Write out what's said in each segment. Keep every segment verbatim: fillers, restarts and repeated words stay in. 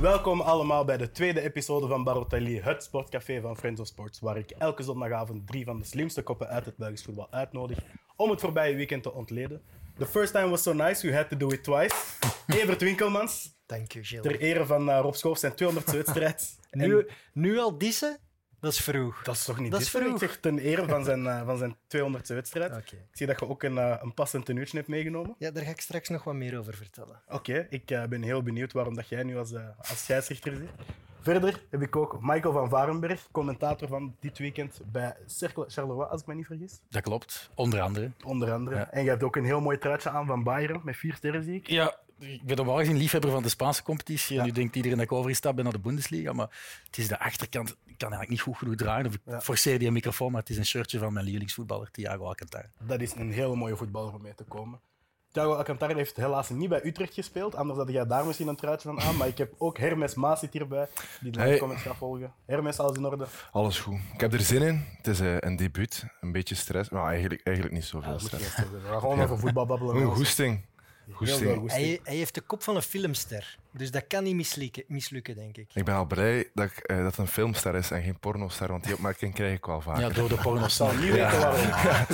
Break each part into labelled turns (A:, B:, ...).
A: Welkom allemaal bij de tweede episode van Barotelli, het sportcafé van Friends of Sports, waar ik elke zondagavond drie van de slimste koppen uit het Belgisch voetbal uitnodig om het voorbije weekend te ontleden. The first time was so nice, we had to do it twice. Evert Winkelmans,
B: dank je, Gilles.
A: ter ere van uh, Rob Schoof zijn tweehonderdste wedstrijd.
B: Nu, nu al dissen? Dat is vroeg.
A: Dat is toch niet
B: dat
A: dit?
B: Is vroeg.
A: Ik zeg ten ere van zijn, uh, van zijn tweehonderdste wedstrijd.
B: Okay.
A: Ik zie dat je ook een, uh, een passend tenuutje hebt meegenomen.
B: Ja, daar ga ik straks nog wat meer over vertellen.
A: Oké, okay, ik uh, ben heel benieuwd waarom dat jij nu als, uh, als scheidsrechter zit. Verder heb ik ook Michael van Varenberg, commentator van dit weekend bij Cercle Charleroi, als ik me niet vergis.
C: Dat klopt, onder andere.
A: Onder andere. Ja. En je hebt ook een heel mooi truitje aan van Bayern, met vier sterren zie ik.
C: Ja, ik ben normaal gezien liefhebber van de Spaanse competitie. En ja. Nu denkt iedereen dat ik overgestapt ben naar de Bundesliga. Maar het is de achterkant, ik kan eigenlijk niet goed genoeg dragen. Of ik ja. forceer die microfoon, maar het is een shirtje van mijn lievelingsvoetballer, Thiago Alcantara.
A: Dat is een hele mooie voetballer om mee te komen. Thiago Alcantara heeft helaas niet bij Utrecht gespeeld, anders had jij daar misschien een truitje van aan. Maar ik heb ook Hermes Maas zit hierbij, die de hey. comments gaat volgen. Hermes, alles in orde?
D: Alles goed. Ik heb er zin in. Het is uh, een debuut, een beetje stress, maar eigenlijk, eigenlijk niet zoveel ja, stress.
A: We gaan gewoon over voetbal babbelen.
D: Een goesting.
A: goesting.
B: Hij, hij heeft de kop van een filmster, dus dat kan niet mislukken, mislukken denk ik.
D: Ik ben al blij dat, ik, uh, dat het een filmster is en geen pornoster, want die opmerking krijg ik wel vaak.
C: Ja, door de pornostar.
A: Niet weten waarom.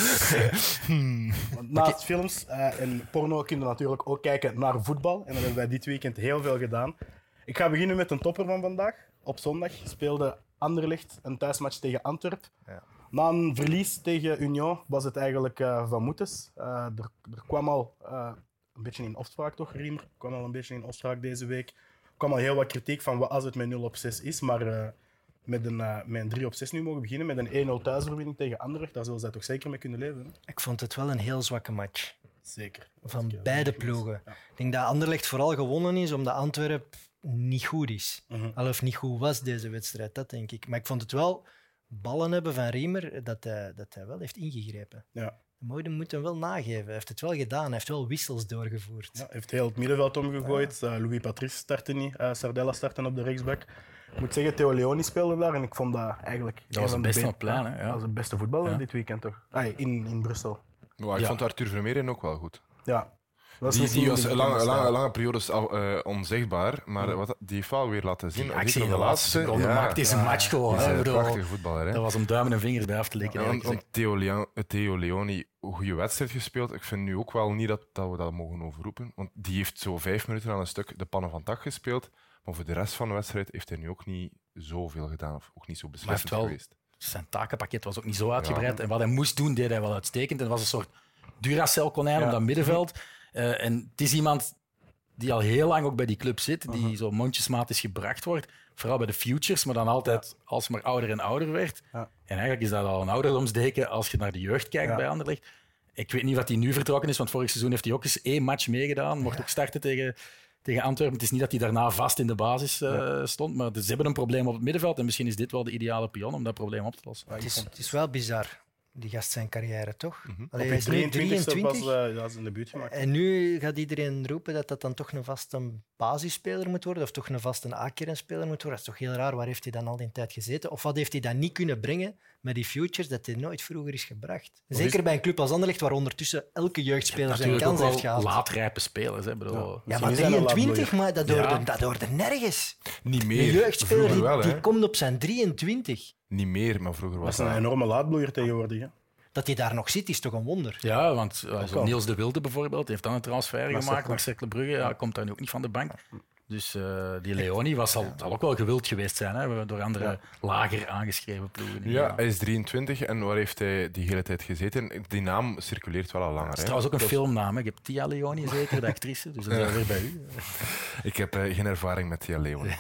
A: hmm. Naast okay. films uh, en porno kun je natuurlijk ook kijken naar voetbal. En dat hebben wij dit weekend heel veel gedaan. Ik ga beginnen met een topper van vandaag. Op zondag speelde Anderlecht een thuismatch tegen Antwerpen. Ja. Na een verlies tegen Union was het eigenlijk uh, van moetes. Uh, er, er kwam al uh, een beetje in opspraak, toch, Riemer? Er kwam al een beetje in opspraak deze week. Er kwam al heel wat kritiek van wat als het met nul op zes is. Maar uh, met een, uh, met een drie op zes nu mogen beginnen, met een één nul thuisoverwinning tegen Anderlecht, daar zullen zij toch zeker mee kunnen leven. Hè?
B: Ik vond het wel een heel zwakke match.
A: Zeker.
B: Van beide ploegen. Ja. Ik denk dat Anderlecht vooral gewonnen is omdat Antwerpen niet goed is. Uh-huh. Of niet goed was deze wedstrijd, dat denk ik. Maar ik vond het wel ballen hebben van Riemer dat hij, dat hij wel heeft ingegrepen.
A: Ja.
B: De moet hem wel nageven. Hij heeft het wel gedaan. Hij heeft wel wissels doorgevoerd.
A: Ja, hij heeft heel het middenveld omgegooid. Ja. Uh, Louis Patrice startte niet. Uh, Sardella startte op de rechtsback. Ik moet zeggen, Theo Leoni speelde daar en ik vond dat eigenlijk...
C: Dat was een beste op plein, hè? Ja.
A: Dat was de beste voetballer ja. dit weekend, toch? Ah, in, in Brussel.
D: Ja, ik ja. vond Arthur Vermeeren ook wel goed.
A: Ja.
D: Was die, die was lange, lange, lange periodes uh, onzichtbaar, maar ja. wat, die heeft wel weer laten zien.
C: Die actie in de laatste seconde ja, maakt deze ja, match gewoon.
D: Hij is een prachtige voetballer. Hè?
C: Dat was om duimen en vingers bij af te likken.
D: Ja, want, want Theo, Leon, Theo Leoni, een goede wedstrijd gespeeld. Ik vind nu ook wel niet dat, dat we dat mogen overroepen. Want die heeft zo vijf minuten aan een stuk de pannen van tak gespeeld. Maar voor de rest van de wedstrijd heeft hij nu ook niet zoveel gedaan. Of ook niet zo beslissend
C: wel,
D: geweest.
C: Zijn takenpakket was ook niet zo uitgebreid. Ja. En wat hij moest doen, deed hij wel uitstekend. En dat was een soort Duracell-konijn ja. op dat middenveld. Uh, en het is iemand die al heel lang ook bij die club zit, die uh-huh. zo mondjesmaat is gebracht wordt. Vooral bij de futures, maar dan altijd ja. alsmaar ouder en ouder werd. Ja. En eigenlijk is dat al een ouderdomsdeken als je naar de jeugd kijkt ja. bij Anderlecht. Ik weet niet wat hij nu vertrokken is, want vorig seizoen heeft hij ook eens één match meegedaan. Mocht ja. ook starten tegen, tegen Antwerpen. Het is niet dat hij daarna vast in de basis uh, ja. stond, maar ze hebben een probleem op het middenveld. En misschien is dit wel de ideale pion om dat probleem op te lossen.
B: Het is, het is wel bizar. Die gast zijn carrière, toch?
A: Mm-hmm. Allee, hij is nu drieëntwintig. Pas, uh, ja, zijn debuut gemaakt.
B: En nu gaat iedereen roepen dat dat dan toch een vaste basisspeler moet worden, of toch een vaste A-kernspeler moet worden. Dat is toch heel raar. Waar heeft hij dan al die tijd gezeten? Of wat heeft hij dan niet kunnen brengen met die futures dat hij nooit vroeger is gebracht? Of Zeker is... bij een club als Anderlecht, waar ondertussen elke jeugdspeler zijn kans heeft gehad.
C: Laatrijpe spelers, hè, bedoel.
B: Ja, ja maar drieëntwintig, maar dat hoorde, ja. dat hoorde nergens.
D: Niet meer.
B: Een jeugdspeler die, wel, die komt op zijn drieëntwintig.
D: Niet meer, maar vroeger was
A: dat... Dat is een enorme laadbloeier tegenwoordig, hè?
B: Dat hij daar nog zit, is toch een wonder?
C: Ja, want uh, Niels de Wilde bijvoorbeeld heeft dan een transfer maar gemaakt naar Cercle Brugge. Ja, komt daar nu ook niet van de bank. Dus uh, die Leoni was al, zal ook wel gewild geweest zijn, hè, door andere ja. lager aangeschreven ploegen.
D: Ja, ja, hij is drieëntwintig en waar heeft hij die hele tijd gezeten? Die naam circuleert wel al langer. Het
C: is trouwens ook een dus... filmnaam. Hè. Ik heb Tia Leoni zeker, de actrice, dus dat is weer bij u.
D: Ik heb uh, geen ervaring met Tia Leoni.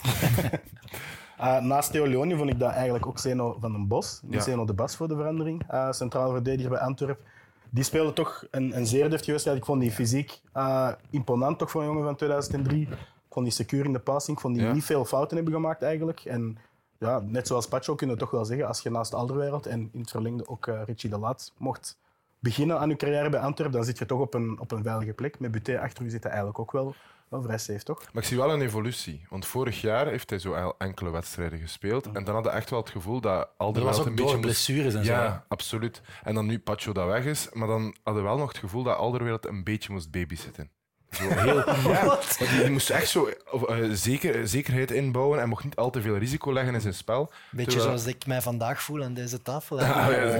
A: Uh, naast Theo Leoni vond ik dat eigenlijk ook Zeno van den Bos. Die ja. Zeno de Bas voor de verandering. Uh, centraal verdediger bij Antwerpen. Die speelde toch een, een zeer deftige wedstrijd. Ik vond die fysiek uh, imponant toch voor een jongen van tweeduizend drie. Ik vond die secuur in de passing. Ik vond die ja. niet veel fouten hebben gemaakt eigenlijk. En ja, net zoals Pacho kunnen we toch wel zeggen, als je naast Alderweireld en in het verlengde ook uh, Richie de Laat mocht beginnen aan je carrière bij Antwerpen, dan zit je toch op een, op een veilige plek. Met Buté achter u zit hij eigenlijk ook wel... Wel vrij safe, toch?
D: Maar ik zie wel een evolutie. Want vorig jaar heeft hij zo enkele wedstrijden gespeeld. En dan had hij echt wel het gevoel dat Alderweireld
C: een beetje... door blessures en
D: ja,
C: zo.
D: Ja, absoluut. En dan nu Pacho dat weg is. Maar dan hadden we wel nog het gevoel dat Alderweireld een beetje moest babysitten. Zo heel, ja, die, die moest echt zo uh, zeker, zekerheid inbouwen en mocht niet al te veel risico leggen in zijn spel.
B: Beetje
D: Terwijl...
B: zoals ik mij vandaag voel aan deze tafel.
D: Ah, ja, ja,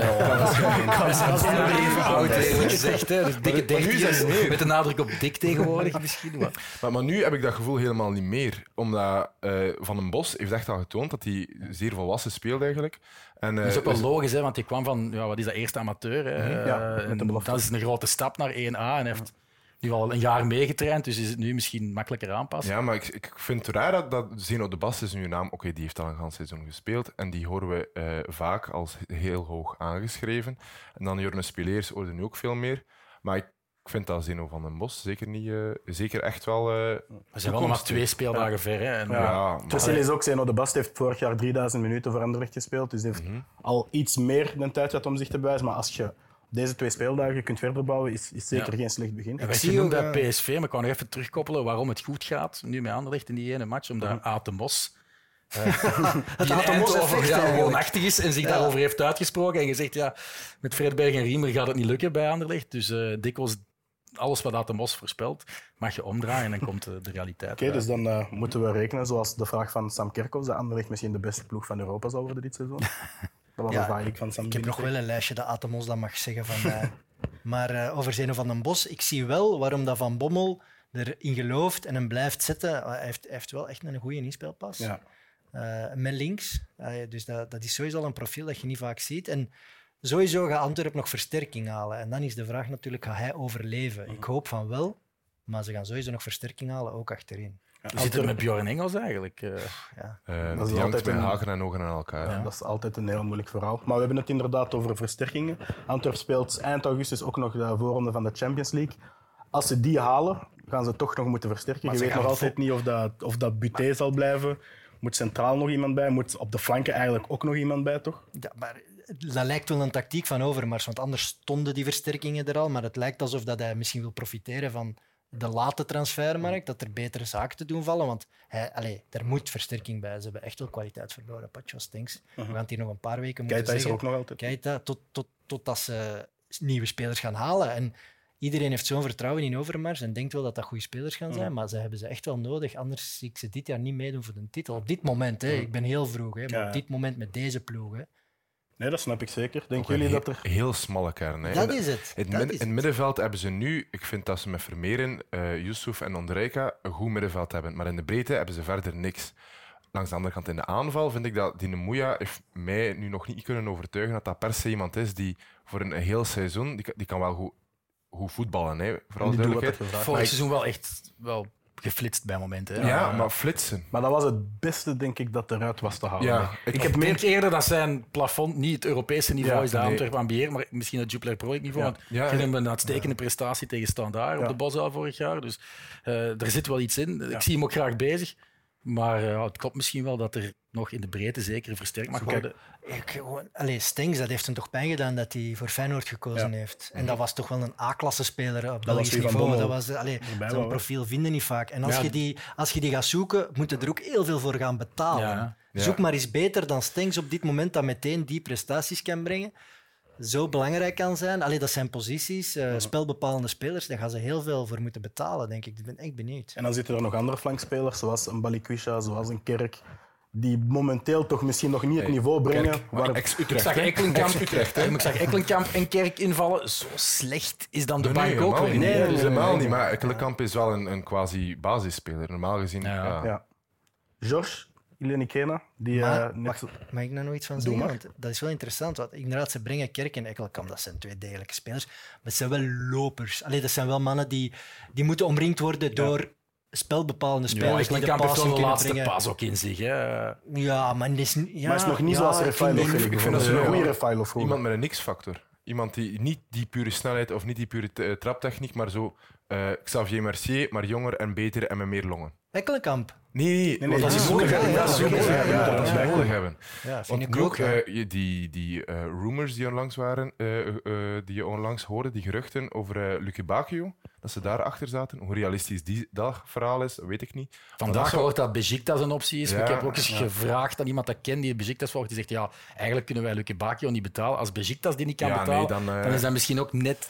D: ja.
C: Dat is even oud, eerlijk gezegd. Hè. Dus dikke
D: Maar nu
C: dertigers,
D: is het meer.
C: met de nadruk op dik tegenwoordig misschien. Maar.
D: Maar, maar nu heb ik dat gevoel helemaal niet meer. Omdat uh, Van den Bos heeft echt al getoond dat hij zeer volwassen speelt eigenlijk. En, uh,
C: dat is ook wel
D: dus...
C: logisch, hè, want hij kwam van, ja, wat is dat, eerste amateur. Hè.
A: Ja,
C: uh, en dat is een grote stap naar één A en heeft nu al een jaar meegetraind, dus is het nu misschien makkelijker aanpassen.
D: Ja, maar ik, ik vind het raar dat, dat Zeno de Bast is nu een naam. Oké, okay, die heeft al een ganse seizoen gespeeld en die horen we uh, vaak als heel hoog aangeschreven. En dan Jorne Spileers hoorde nu ook veel meer. Maar ik Ik vind dat Zeno van den Bos zeker, niet, uh, zeker echt wel... Uh,
C: We zijn wel nog maar twee speeldagen ja. ver. Hè, en,
A: ja.
D: Ja,
A: het verschil is ook, Zeno de Bast heeft vorig jaar drieduizend minuten voor Anderlecht gespeeld. Dus hij heeft mm-hmm. al iets meer dan tijd gehad om zich te bewijzen. Maar als je deze twee speeldagen kunt verder bouwen, is, is zeker ja. geen slecht begin.
C: Ja, ik zie ook bij P S V, maar ik kan nog even terugkoppelen waarom het goed gaat nu met Anderlecht in die ene match. Omdat mm-hmm. Aad de Mos... Uh, die een Eindhoven ja, woonachtig is en zich ja. daarover heeft uitgesproken en gezegd, ja, met Fredberg en Riemer gaat het niet lukken bij Anderlecht. Dus uh, dikwijls alles wat Aad de Mos voorspelt, mag je omdraaien en dan komt uh, de realiteit.
A: Oké, okay, dus dan uh, moeten we rekenen, zoals de vraag van Sam Kerkhoffs, dat Anderlecht misschien de beste ploeg van Europa zal worden dit seizoen. Dat was
B: ja,
A: een vraag ik van Sam.
B: Ik heb nog wel een lijstje dat Aad de Mos dat mag zeggen van mij. Maar uh, over Zeno van den Bos, ik zie wel waarom dat Van Bommel erin gelooft en hem blijft zetten. Hij heeft, hij heeft wel echt een goede inspelpas. Ja. Uh, met links. Uh, dus dat, dat is sowieso al een profiel dat je niet vaak ziet. En sowieso gaat Antwerpen nog versterking halen. En dan is de vraag natuurlijk, gaat hij overleven? Ik hoop van wel, maar ze gaan sowieso nog versterking halen, ook achterin.
C: Ja, Hoe zit het met Bjorn Engels eigenlijk? Uh,
D: ja. uh, dat is die hangt met een... haken en ogen aan elkaar.
A: Ja, dat is altijd een heel moeilijk verhaal. Maar we hebben het inderdaad over versterkingen. Antwerpen speelt eind augustus ook nog de voorronde van de Champions League. Als ze die halen, gaan ze toch nog moeten versterken. Maar je weet nog altijd vo- niet of dat, of dat Buté maar... zal blijven. Moet centraal nog iemand bij? Moet op de flanken eigenlijk ook nog iemand bij, toch?
B: Ja, maar dat lijkt wel een tactiek van Overmars, want anders stonden die versterkingen er al. Maar het lijkt alsof dat hij misschien wil profiteren van de late transfermarkt, dat er betere zaken te doen vallen. Want hij, allez, er moet versterking bij. Ze hebben echt wel kwaliteit verloren. Pacho Stenks. Uh-huh. We gaan het hier nog een paar weken moeten
A: Keita
B: zeggen.
A: Keita is er ook nog altijd.
B: Keita, tot, tot, totdat ze nieuwe spelers gaan halen. En iedereen heeft zo'n vertrouwen in Overmars en denkt wel dat dat goede spelers gaan zijn, mm. maar ze hebben ze echt wel nodig. Anders zie ik ze dit jaar niet meedoen voor de titel. Op dit moment, hè. Ik ben heel vroeg, hè, maar ja. op dit moment met deze ploeg. Hè.
A: Nee, dat snap ik zeker. Denken jullie
D: heel,
A: dat er...
D: Heel smalle kern. Hè.
B: Dat is het.
D: In,
B: dat
D: mid-
B: is
D: in het middenveld hebben ze nu, ik vind dat ze met Vermeeren, uh, Yusuf en Ondrejka een goed middenveld hebben. Maar in de breedte hebben ze verder niks. Langs de andere kant in de aanval vind ik dat die Nemouya heeft mij nu nog niet kunnen overtuigen dat dat per se iemand is die voor een, een heel seizoen, die, die kan wel goed... Hoe voetballen, hè? Vooral duidelijkheid.
C: Vorig seizoen wel echt wel geflitst bij momenten. Hè?
D: Ja,
C: Ja,
D: maar flitsen.
A: Maar dat was het beste, denk ik, dat eruit was te halen.
D: Ja,
C: ik, ik heb denk meer... eerder dat zijn plafond niet het Europese niveau ja, is, dat nee. Antwerpen ambieert, maar misschien het Jupiler Pro League niveau. Ja. Ja, ja. Een uitstekende ja. prestatie tegen Standaard ja. op de Bosuil vorig jaar. Dus uh, er zit wel iets in. Ja. Ik zie hem ook graag bezig. Maar uh, het klopt misschien wel dat er nog in de breedte zeker versterkt mag worden.
B: Ik, allee, Stengs, dat heeft hem toch pijn gedaan dat hij voor Feyenoord gekozen ja. heeft. En dat was toch wel een A-klasse speler op Belgisch niveau. Dat was, allee, zo'n profiel vinden niet vaak. En als, ja. je die, als je die gaat zoeken, moet je er ook heel veel voor gaan betalen. Ja. Ja. Zoek maar eens beter dan Stengs op dit moment dat meteen die prestaties kan brengen. Zo belangrijk kan zijn. Allee, dat zijn posities, uh, spelbepalende spelers, daar gaan ze heel veel voor moeten betalen, denk ik. Ik ben echt benieuwd.
A: En dan zitten er nog andere flankspelers, zoals een Balikwisha, zoals een Kerk, die momenteel toch misschien nog niet het niveau brengen.
C: Kerk, waar... Ex-Utrecht, ik zag Ekkelenkamp, Utrecht, hè? Ik zag Ekkelenkamp en Kerk invallen. Zo slecht is dan de
D: nee,
C: bank
D: nee,
C: ook weer.
D: Nee, nee, nee, nee, helemaal niet. Maar Ekkelenkamp is wel een, een quasi-basisspeler, normaal gezien.
A: Ja.
D: Ja.
A: Ja. George Ilenikena, die
B: maar,
A: uh, net...
B: mag, mag ik daar nog iets van zeggen? Want dat is wel interessant. Want inderdaad, ze brengen Kerk en Ekkelenkamp, dat zijn twee degelijke spelers. Maar het zijn wel lopers. Allee, dat zijn wel mannen die, die moeten omringd worden ja. door spelbepalende spelers.
C: Ja, Ekkelenkamp heeft wel de laatste brengen. pas ook in zich. Hè.
B: Ja, maar het is, ja,
A: maar het is nog niet
B: ja,
A: zoals Refailov. Ik,
D: ik vind dat ze een
A: goede Refailov.
D: Iemand met een X-factor. Iemand die niet die pure snelheid of niet die pure t- traptechniek, maar zo uh, Xavier Mercier, maar jonger en beter en met meer longen.
B: Ekkelenkamp?
D: Nee, nee, nee, nee,
A: dat
D: is
A: nodig hebben.
D: Dat is nodig hebben.
B: Ja,
D: vind ik ook. Uh, die die uh, rumors die onlangs waren, uh, uh, die je onlangs hoorde, die geruchten over uh, Luke Bacchio, dat ze daarachter zaten. Hoe realistisch die, dat verhaal is, weet ik niet.
C: Vandaag gehoord dat Besiktas een optie is. Ja, ik heb ook eens ja. gevraagd aan iemand dat ken die Besiktas volgt. Die zegt, ja, eigenlijk kunnen wij Luke Bacchio niet betalen. Als Besiktas die niet kan
D: ja,
C: betalen,
D: nee, dan, uh...
C: dan is dat misschien ook net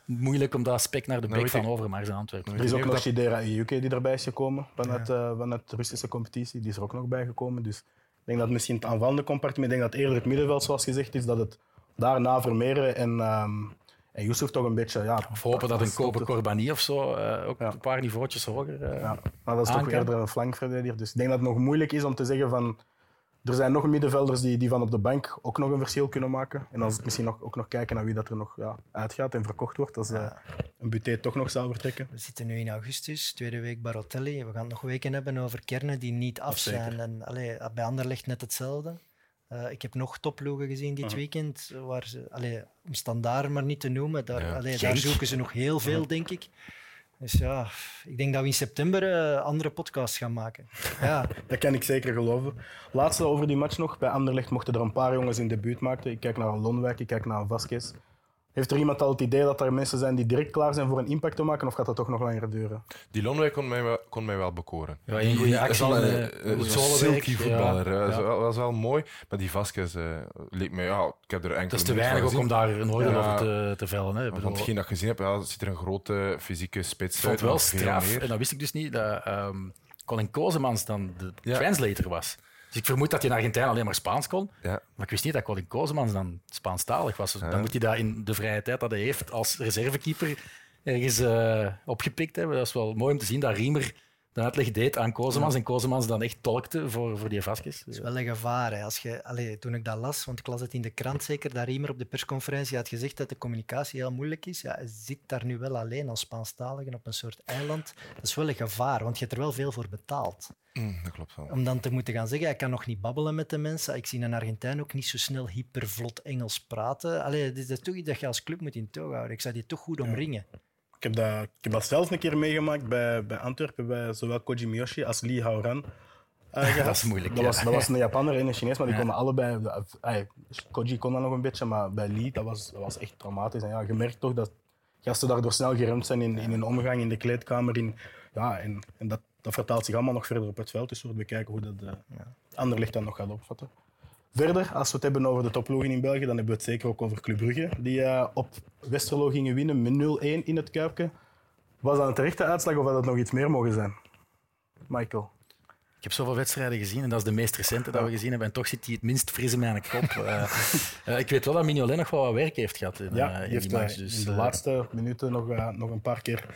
C: moeilijk om dat aspect naar de
D: Nou,
C: bek
D: weet
C: van
D: ik-
C: Overmars aan te werken.
A: Er is ook
D: Nee,
A: nog
D: dat-
A: Shidera Iyuke die erbij is gekomen vanuit, ja. uh, vanuit de Russische competitie. Die is er ook nog bij gekomen. Dus ik denk dat misschien het aanvallende compartiment, ik denk dat eerder het middenveld, zoals gezegd is, dat het daarna Vermeeren en, um, en Yusuf toch een beetje... Ja,
C: Of hopen dat een Kobe
A: stopte.
C: Corbani of zo uh, ook
A: Ja.
C: een paar niveautjes hoger uh,
A: Ja, maar dat is
C: aan
A: toch
C: kan.
A: eerder een flankverdediger. Dus ik denk dat het nog moeilijk is om te zeggen van... Er zijn nog middenvelders die, die van op de bank ook nog een verschil kunnen maken. En als ik misschien nog, ook nog kijken naar wie dat er nog ja, uitgaat en verkocht wordt, als uh, een Buté toch nog zou vertrekken.
B: We zitten nu in augustus, tweede week Barotelli. We gaan nog weken hebben over kernen die niet af zijn. En, allee, bij Anderlecht net hetzelfde. Uh, ik heb nog topploegen gezien dit uh-huh. weekend, waar ze, allee, om standaard maar niet te noemen, daar, ja. allee, daar zoeken ze nog heel veel, uh-huh. denk ik. Dus ja, ik denk dat we in september uh, andere podcasts gaan maken. Ja.
A: Dat kan ik zeker geloven. Laatste over die match nog. Bij Anderlecht mochten er een paar jongens in debuut maken. Ik kijk naar een Lonwijk, ik kijk naar een Vasquez. Heeft er iemand al het idee dat er mensen zijn die direct klaar zijn voor een impact te maken, of gaat dat toch nog langer duren?
D: Die Lonwijk kon mij wel, kon mij wel bekoren.
C: Ja, een goede actie.
D: Een,
C: een,
D: een, een silky voetballer.
C: Ja,
D: ja.
C: Ja.
D: Dat was wel mooi. Maar die Vasquez uh, leek mij... Ja, ik heb er enkele
C: dat is te weinig ook om daar een oordeel ja, over te, te vellen. Hè.
D: Van hetgeen dat ik gezien heb, ja, ziet er een grote fysieke spits uit.
C: Ik vond wel straf, en dat wist ik dus niet, dat um, Colin Kozemans dan de ja. translator was. Dus ik vermoed dat hij in Argentinië alleen maar Spaans kon.
D: Ja.
C: Maar ik wist niet dat Colin Kozemans dan Spaanstalig was. Dus ja. Dan moet hij dat in de vrije tijd dat hij heeft als reservekeeper ergens uh, opgepikt hebben. Dat is wel mooi om te zien dat Riemer de uitleg deed aan Kozemans ja. en Kozemans dan echt tolkte voor, voor die Vasquez.
B: Dat is wel een gevaar. Hè. Als je, allee, toen ik dat las, want ik las het in de krant zeker, dat Riemer op de persconferentie had gezegd dat de communicatie heel moeilijk is. Ja, hij zit daar nu wel alleen als Spaanstalige op een soort eiland. Dat is wel een gevaar, want je hebt er wel veel voor betaald.
D: Mm, dat klopt wel.
B: Om dan te moeten gaan zeggen, hij kan nog niet babbelen met de mensen. Ik zie een Argentijn ook niet zo snel hypervlot Engels praten. Allee, dit is toch iets dat je als club moet in toog houden. Ik zou die toch goed omringen. Ja.
A: Ik heb, dat, ik heb dat zelf een keer meegemaakt bij, bij Antwerpen, bij zowel Koji Miyoshi als Lee Haoran. Uh,
C: dat is moeilijk.
A: Dat,
C: ja.
A: was, dat was een Japaner en een Chinees, maar die ja. konden allebei... Uh, Koji kon dat nog een beetje, maar bij Lee dat was dat was echt traumatisch. En ja, je merkt toch dat gasten daardoor snel geremd zijn in, in hun omgang, in de kleedkamer. In, ja, en en dat, dat vertaalt zich allemaal nog verder op het veld. Dus we moeten bekijken hoe dat uh, ja. Anderlecht dan nog gaat opvatten. Verder, als we het hebben over de topploegen in België, dan hebben we het zeker ook over Club Brugge, die uh, op Westerlo gingen winnen met nul-één in het Kuipke. Was dat een terechte uitslag of had het nog iets meer mogen zijn? Michael?
C: Ik heb zoveel wedstrijden gezien en dat is de meest recente dat we gezien hebben. En toch zit hij het minst fris in mijn kop. uh, uh, ik weet wel dat Mignolet nog wel wat werk heeft gehad in,
A: ja,
C: uh, in
A: heeft
C: die match. Dus,
A: in de
C: uh,
A: laatste minuten nog, uh, nog een paar keer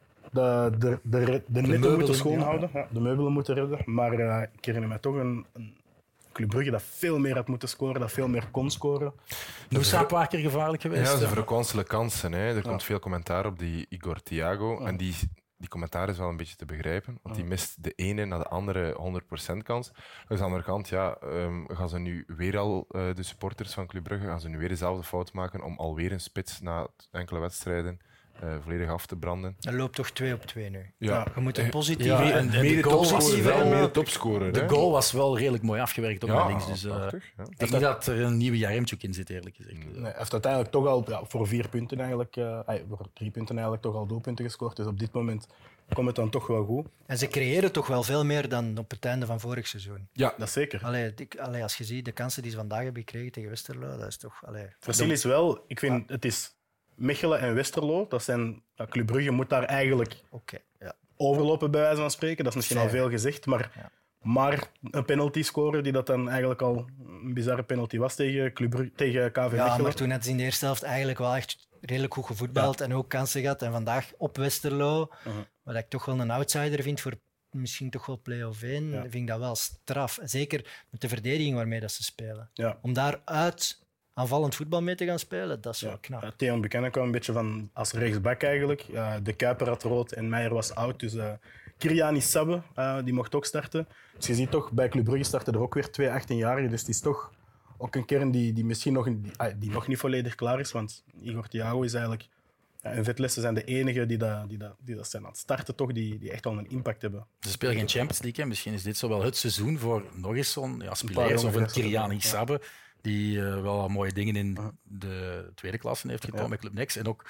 A: de, de, de, de, de netten moeten schoonhouden. Ja. Ja, de meubelen moeten redden. Maar uh, ik herinner me toch een... een Club Brugge dat veel meer had moeten scoren, dat veel meer kon scoren.
C: Noosa een paar keer gevaarlijk geweest.
D: Ja, ze verkonselen kansen. Hè. Er
A: ja.
D: komt veel commentaar op die Igor Thiago. Ja. En die, die commentaar is wel een beetje te begrijpen, want ja. die mist de ene na de andere honderd procent kans. Dus aan de andere kant ja, um, gaan ze nu weer al, uh, de supporters van Club Brugge, gaan ze nu weer dezelfde fout maken om alweer een spits na enkele wedstrijden Uh, volledig af te branden.
B: Dat loopt toch twee op twee nu.
D: Ja.
B: Je moet een positief...
C: Ja, en, en
D: de
C: goal
D: wel meer topscorer.
C: De goal was wel redelijk mooi afgewerkt op
D: ja,
C: links. Dus, uh,
D: prachtig, ja.
C: Ik denk niet dat er een nieuwe Jaremchuk in zit, eerlijk gezegd.
A: Nee, hij heeft uiteindelijk toch al ja, voor vier punten eigenlijk, uh, voor drie punten eigenlijk toch al doelpunten gescoord. Dus op dit moment komt het dan toch wel goed.
B: En ze creëren toch wel veel meer dan op het einde van vorig seizoen.
A: Ja, dat zeker.
B: Allee, die, allee, als je ziet de kansen die ze vandaag hebben gekregen tegen Westerlo, dat is toch... Allee,
A: het verschil is wel, ik vind, het is Mechelen en Westerlo, dat zijn, ja, Club Brugge moet daar eigenlijk
B: okay, ja.
A: overlopen, bij wijze van spreken. Dat is misschien Fair. al veel gezegd, maar, ja. maar een penalty scoren, die dat dan eigenlijk al een bizarre penalty was tegen, Club Brugge, tegen K V
B: ja,
A: Mechelen.
B: Ja, maar toen hadden ze in de eerste helft eigenlijk wel echt redelijk goed gevoetbald ja. en ook kansen gehad. En vandaag op Westerlo, uh-huh. wat ik toch wel een outsider vind voor misschien toch wel play-off één, ja. vind ik dat wel straf. Zeker met de verdediging waarmee dat ze spelen. Ja. Om daaruit aanvallend voetbal mee te gaan spelen, dat is ja. wel knap.
A: Uh, Theo Buchanan kwam een beetje van als rechtsback eigenlijk. Uh, de Kuiper had rood en Meijer was oud. Dus uh, Kiriani Sabbe, uh, die mocht ook starten. Dus je ziet toch, bij Club Brugge starten er ook weer twee achttienjarigen. Dus het is toch ook een kern die, die misschien nog, die, uh, die nog niet volledig klaar is. Want Igor Thiago is eigenlijk... Ja, en Vetlessen zijn de enigen die dat, die, dat, die dat zijn aan het starten, toch, die, die echt wel een impact hebben.
C: Ze spelen geen Champions League. Hè. Misschien is dit zo wel het seizoen voor nog eens zo'n ja, Spileers of een Kiriani Sabbe. Ja. Die uh, wel wat mooie dingen in de tweede klasse heeft getoond ja. met Club Next. En ook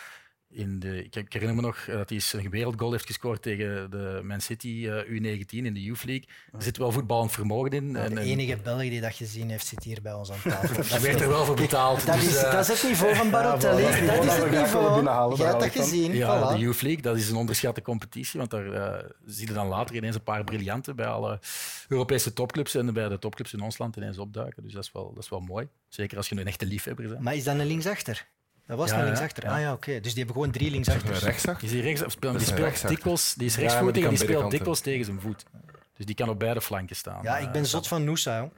C: in de, ik, ik herinner me nog dat hij een wereldgoal heeft gescoord tegen de Man City uh, U negentien in de Youth League. Er zit wel voetballend vermogen in.
B: Ja,
C: en,
B: de enige Belg die dat gezien heeft, zit hier bij ons aan tafel.
C: Dat werd er wel voor betaald.
B: Dat,
C: dus,
B: is,
C: uh,
B: dat is het niveau van Barotelli.
A: Ja, voilà.
B: Dat is het niveau. Je hebt dat gezien.
C: Ja,
B: Voilà.
C: de Youth League, dat is een onderschatte competitie, want daar uh, zie je dan later ineens een paar briljanten bij alle Europese topclubs en bij de topclubs in ons land ineens opduiken. Dus dat is wel, dat is wel mooi. Zeker als je een echte liefhebber bent.
B: Maar is dat een linksachter? Dat was
C: Ja,
B: een linksachter.
C: ja.
B: Ah ja, oké. Okay. Dus die hebben gewoon drie
D: Een
B: linksachters.
D: rechtsachter?
C: Die, rechts, die
D: is een
C: speelt
D: rechtsachter.
C: dikwijls, die is
D: Ja, maar
C: rechtsvoetig
D: die
C: en
D: kan
C: die
D: beide
C: speelt
D: kanten.
C: dikwijls tegen zijn voet. Dus die kan op beide flanken staan.
B: Ja, ik ben
C: Uh,
B: zot van Noosa, jong.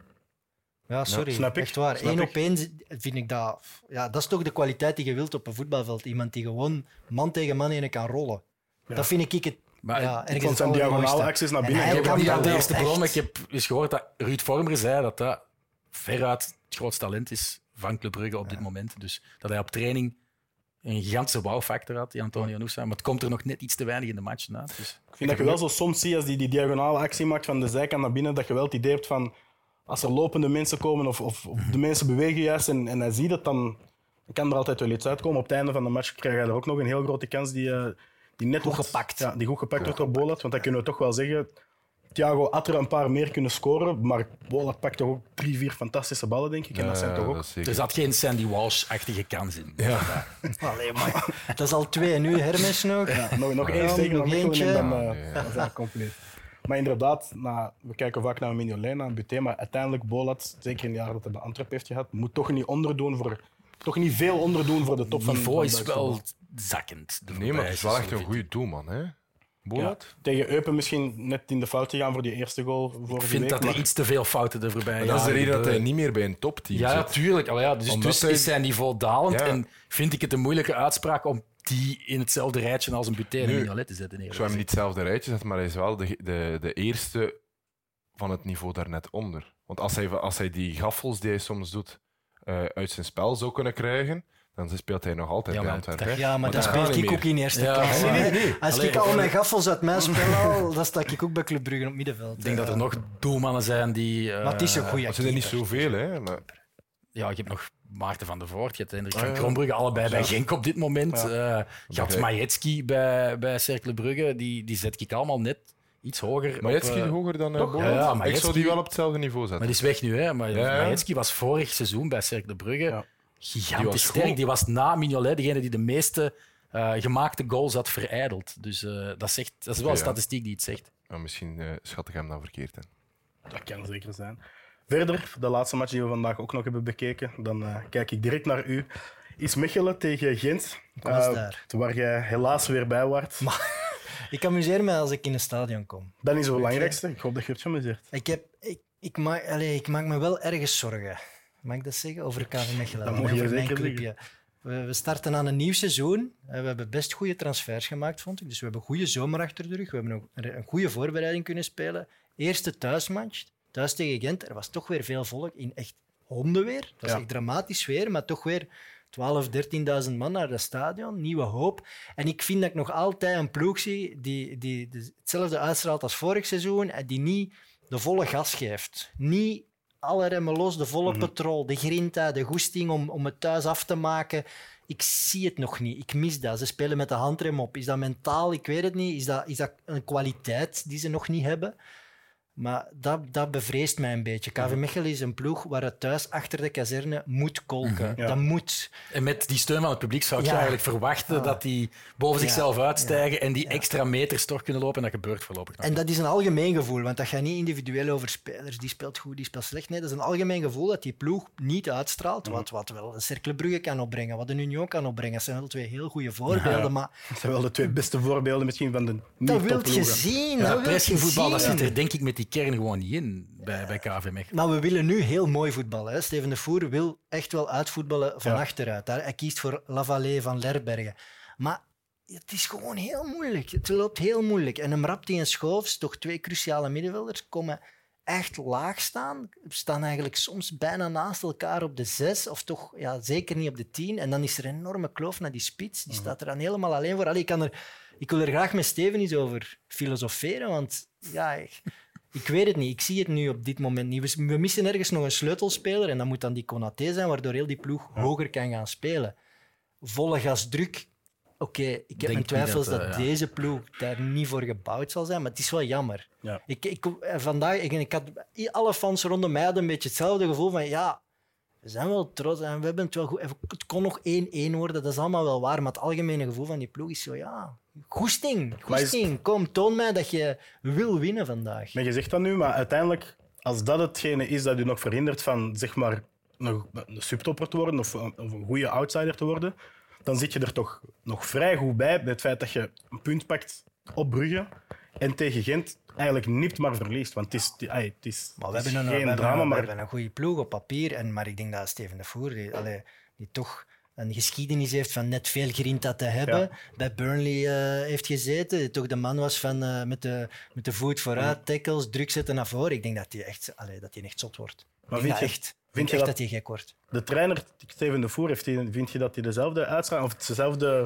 B: Ja, sorry.
A: Ja, snap ik.
B: Echt waar.
A: Snap
B: Eén
A: ik.
B: op één vind ik dat... Ja, dat is toch de kwaliteit die je wilt op een voetbalveld. Iemand die gewoon man tegen man ene kan rollen.
A: Ja.
B: Dat vind ik het...
C: Maar
B: ja,
A: Ik
B: ergens
A: vond
B: het
A: zijn diagonale
B: allermooiste.
A: acties naar
B: En
A: binnen.
B: hij
C: Ik heb
B: kan
C: niet
B: dat
C: aan de
B: wel
C: eerste
B: echt.
C: bron, maar ik heb eens gehoord dat Ruud Vormer zei dat dat veruit het grootste talent is van Club Brugge op dit moment. Dus dat hij op training een gigantische wow-factor had, die Antonio Nusa. Maar het komt er nog net iets te weinig in de matchen uit. Dus.
A: Ik vind dat je wel zo soms ziet als die die diagonale actie maakt van de zijkant naar binnen, dat je wel het idee hebt van als er lopende mensen komen of, of, of de mensen bewegen juist en, en hij ziet het, dan kan er altijd wel iets uitkomen. Op het einde van de match krijg je er ook nog een heel grote kans die, uh, die net
B: Goed
A: wordt-
B: gepakt.
A: Ja, die goed gepakt wordt door Bolat. Want dat kunnen we toch wel zeggen. Thiago had er een paar meer kunnen scoren, maar Bolat pakt toch ook drie, vier fantastische ballen, denk ik. En dat zijn toch ook...
D: dat is zeker.
C: Er zat geen Sandy Walsh-achtige kans in.
D: Ja.
B: Allee, maar dat is al twee. En nu Hermes nog.
A: Ja, nog, nog één
B: Ja,
A: steek,
B: nog
A: nog
B: eentje.
A: en dan
D: Ja,
A: uh,
D: ja.
A: dan zijn we compleet. Maar inderdaad, nou, we kijken vaak naar Mignolet, naar Buté, maar uiteindelijk Bolat, zeker in het jaar dat hij bij Antwerpen heeft gehad, moet toch niet onderdoen voor, toch niet veel onderdoen voor de top
C: Het
A: van
C: niveau
A: van
C: is
A: Duitsland.
C: wel zakkend. de
D: Nee, maar het is wel
C: voorbije
D: echt een
C: seizoen,
D: goede doelman, hè? Bolat?
A: Ja, tegen Eupen misschien net in de fout gegaan voor die eerste goal vorige
C: Ik vind
A: week.
C: dat er
A: maar-
C: iets te veel fouten de voorbije
D: Maar dat is de
C: jaren
D: reden dat hij
C: gebeuren.
D: niet meer bij een topteam
C: Ja,
D: zit.
C: tuurlijk. Allee, ja, dus
D: Omdat
C: dus
D: hij-
C: is zijn niveau dalend.
D: Ja.
C: En vind ik het een moeilijke uitspraak om die in hetzelfde rijtje als een Buté en
D: Nu,
C: een Mignolet te zetten.
D: Ik zou hem niet hetzelfde rijtje zetten, maar hij is wel de, de, de eerste van het niveau daarnet onder. Want als hij, als hij die gaffels die hij soms doet uh, uit zijn spel zou kunnen krijgen, dan speelt hij nog altijd
C: Ja,
D: bij
C: maar
D: Antwerpen.
C: dat-
D: hè.
B: Ja, maar
D: Want
B: dat
D: dat
B: speel
D: gaat
B: ik
D: niet
B: ook in eerste
C: Ja,
B: klasse.
C: nee,
B: hè.
C: nee, nee.
B: Als
C: Allee,
B: ik al
C: voor-
B: mijn gaffels uit mijn spel haal, dan sta ik ook bij Club Brugge op middenveld.
C: Ik denk dat er nog doelmannen zijn die... uh,
B: Maar het is een goede
D: Er zijn er niet zoveel, hè? Maar
C: Ja, je hebt nog Maarten van der Voort, je hebt Hendrik
D: Ah,
C: van
D: ja.
C: Krombrugge, allebei bij Genk op dit moment.
A: Ja.
C: Uh, je had
D: Begrijp.
C: Majecki bij, bij Cercle Brugge, die, die zet ik allemaal net iets hoger.
D: maar
C: op,
D: Jetski
C: uh,
D: hoger dan uh,
C: toch?
D: Bolat?
C: Ja, ja, maar
D: Ik zou die
C: Jetski-
D: wel op hetzelfde niveau
C: Maar
D: zetten.
C: die is weg nu, hè. Maar
D: Ja, ja.
C: Majecki was vorig seizoen bij Cercle Brugge
A: Ja.
C: gigantisch
D: Die was
C: sterk.
D: goed.
C: Die was na Mignolet degene die de meeste uh, gemaakte goals had verijdeld. Dus uh, dat, zegt, dat is wel een
D: Ja.
C: statistiek die het zegt.
D: Maar misschien uh, schat ik hem dan verkeerd in.
A: Dat kan zeker zijn. Verder, de laatste match die we vandaag ook nog hebben bekeken, dan uh, kijk ik direct naar u. Is Mechelen tegen Gent,
B: Ik was
A: uh,
B: daar.
A: waar jij helaas weer bij waart.
B: Ik amuseer me als ik in een stadion kom.
A: Dat is het belangrijkste. Ik hoop dat je het geamuseerd.
B: Ik, heb, ik, ik, maak, allez, ik maak me wel ergens zorgen. Mag ik dat zeggen? Over K V Mechelen.
A: Dat
B: en
A: mag je
B: over mijn
A: zeker
B: clubje. We, we starten aan een nieuw seizoen. We hebben best goede transfers gemaakt, vond ik. Dus we hebben een goede zomer achter de rug. We hebben ook een, een goede voorbereiding kunnen spelen. Eerste thuismatch, thuis tegen Gent. Er was toch weer veel volk in echt hondenweer. Dat was
A: Ja.
B: echt dramatisch weer, maar toch weer twaalf, dertienduizend man naar het stadion. Nieuwe hoop. En ik vind dat ik nog altijd een ploeg zie die, die, die hetzelfde uitstraalt als vorig seizoen en die niet de volle gas geeft. Niet alle remmen los, de volle patrol, de grinta, de goesting om, om het thuis af te maken. Ik zie het nog niet. Ik mis dat. Ze spelen met de handrem op. Is dat mentaal? Ik weet het niet. Is dat, is dat een kwaliteit die ze nog niet hebben? Maar dat, dat bevreest mij een beetje. K V Mechelen is een ploeg waar het thuis achter de kazerne moet kolken.
A: Ja.
B: Dat moet.
C: En met die steun van het publiek zou ik
B: Ja.
C: eigenlijk verwachten
B: Ah.
C: dat die boven
B: Ja.
C: zichzelf uitstijgen en die
B: Ja.
C: extra meters toch kunnen lopen. En dat gebeurt voorlopig nog
B: En
C: niet.
B: dat is een algemeen gevoel, want dat gaat niet individueel over spelers. Die speelt goed, die speelt slecht. Nee, dat is een algemeen gevoel dat die ploeg niet uitstraalt. Wat, wat wel een Cercle Brugge kan opbrengen, wat een Union kan opbrengen. Dat zijn wel twee heel goede voorbeelden,
A: Ja.
B: maar
A: Dat zijn wel de twee beste voorbeelden misschien van de
B: dat wil je
A: niet-topploegen.
B: zien.
C: Ja,
B: dat wil je
C: pressingvoetbal, dat
B: zien.
C: zit er denk ik met die kern gewoon niet in bij, bij K V Mechelen.
B: Maar we willen nu heel mooi voetballen. Hè. Steven de Voer wil echt wel uitvoetballen van
A: Ja.
B: achteruit. Daar- Hij kiest voor Lavallée van Lerbergen. Maar het is gewoon heel moeilijk. Het loopt heel moeilijk. En een Mrapti en Schoofs, toch twee cruciale middenvelders, komen echt laag staan. Staan eigenlijk soms bijna naast elkaar op de zes, of toch ja, zeker niet op de tien. En dan is er een enorme kloof naar die spits. Die staat er dan helemaal alleen voor. Allee, ik, kan er, ik wil er graag met Steven eens over filosoferen, want ja... Ik, Ik weet het niet. Ik zie het nu op dit moment niet. We, we missen ergens nog een sleutelspeler en dat moet dan die Konaté zijn, waardoor heel die ploeg hoger kan gaan spelen. Volle gasdruk Oké, okay, ik heb
C: Denk
B: mijn twijfels
C: dat,
B: dat,
C: uh,
B: dat deze ploeg daar niet voor gebouwd zal zijn, maar het is wel jammer.
A: Ja.
B: Ik, ik, vandaag, ik, ik had, alle fans rondom mij hadden een beetje hetzelfde gevoel van ja, we zijn wel trots en we hebben het wel goed. Het kon nog één-één worden, dat is allemaal wel waar, maar het algemene gevoel van die ploeg is zo ja, goesting, goesting. Kom, toon mij dat je wil winnen vandaag.
A: Maar je zegt dat nu, maar uiteindelijk, als dat hetgene is dat u nog verhindert van zeg maar een, een subtopper te worden of een, of een goede outsider te worden, dan zit je er toch nog vrij goed bij bij het feit dat je een punt pakt op Brugge en tegen Gent eigenlijk nipt maar verliest. Want het is, ay, het is,
B: Maar we
A: het is
B: hebben een,
A: geen
B: we
A: drama,
B: hebben,
A: maar...
B: we hebben een goede ploeg op papier, en, maar ik denk dat Steven de Voer, die, allee, die toch een geschiedenis heeft van net veel grinta te hebben,
A: Ja.
B: bij Burnley uh, heeft gezeten, die toch de man was van uh, met, de, met de voet vooruit, ja. tackles, druk zetten naar voren. Ik denk dat hij echt, allee, dat hij echt zot wordt.
A: Maar
B: ik denk
A: vind je,
B: dat echt,
A: vind
B: vind
A: je
B: echt
A: dat,
B: dat hij gek wordt.
A: de trainer, Steven de Voer, heeft die, vind je dat hij dezelfde uitstraling of dezelfde...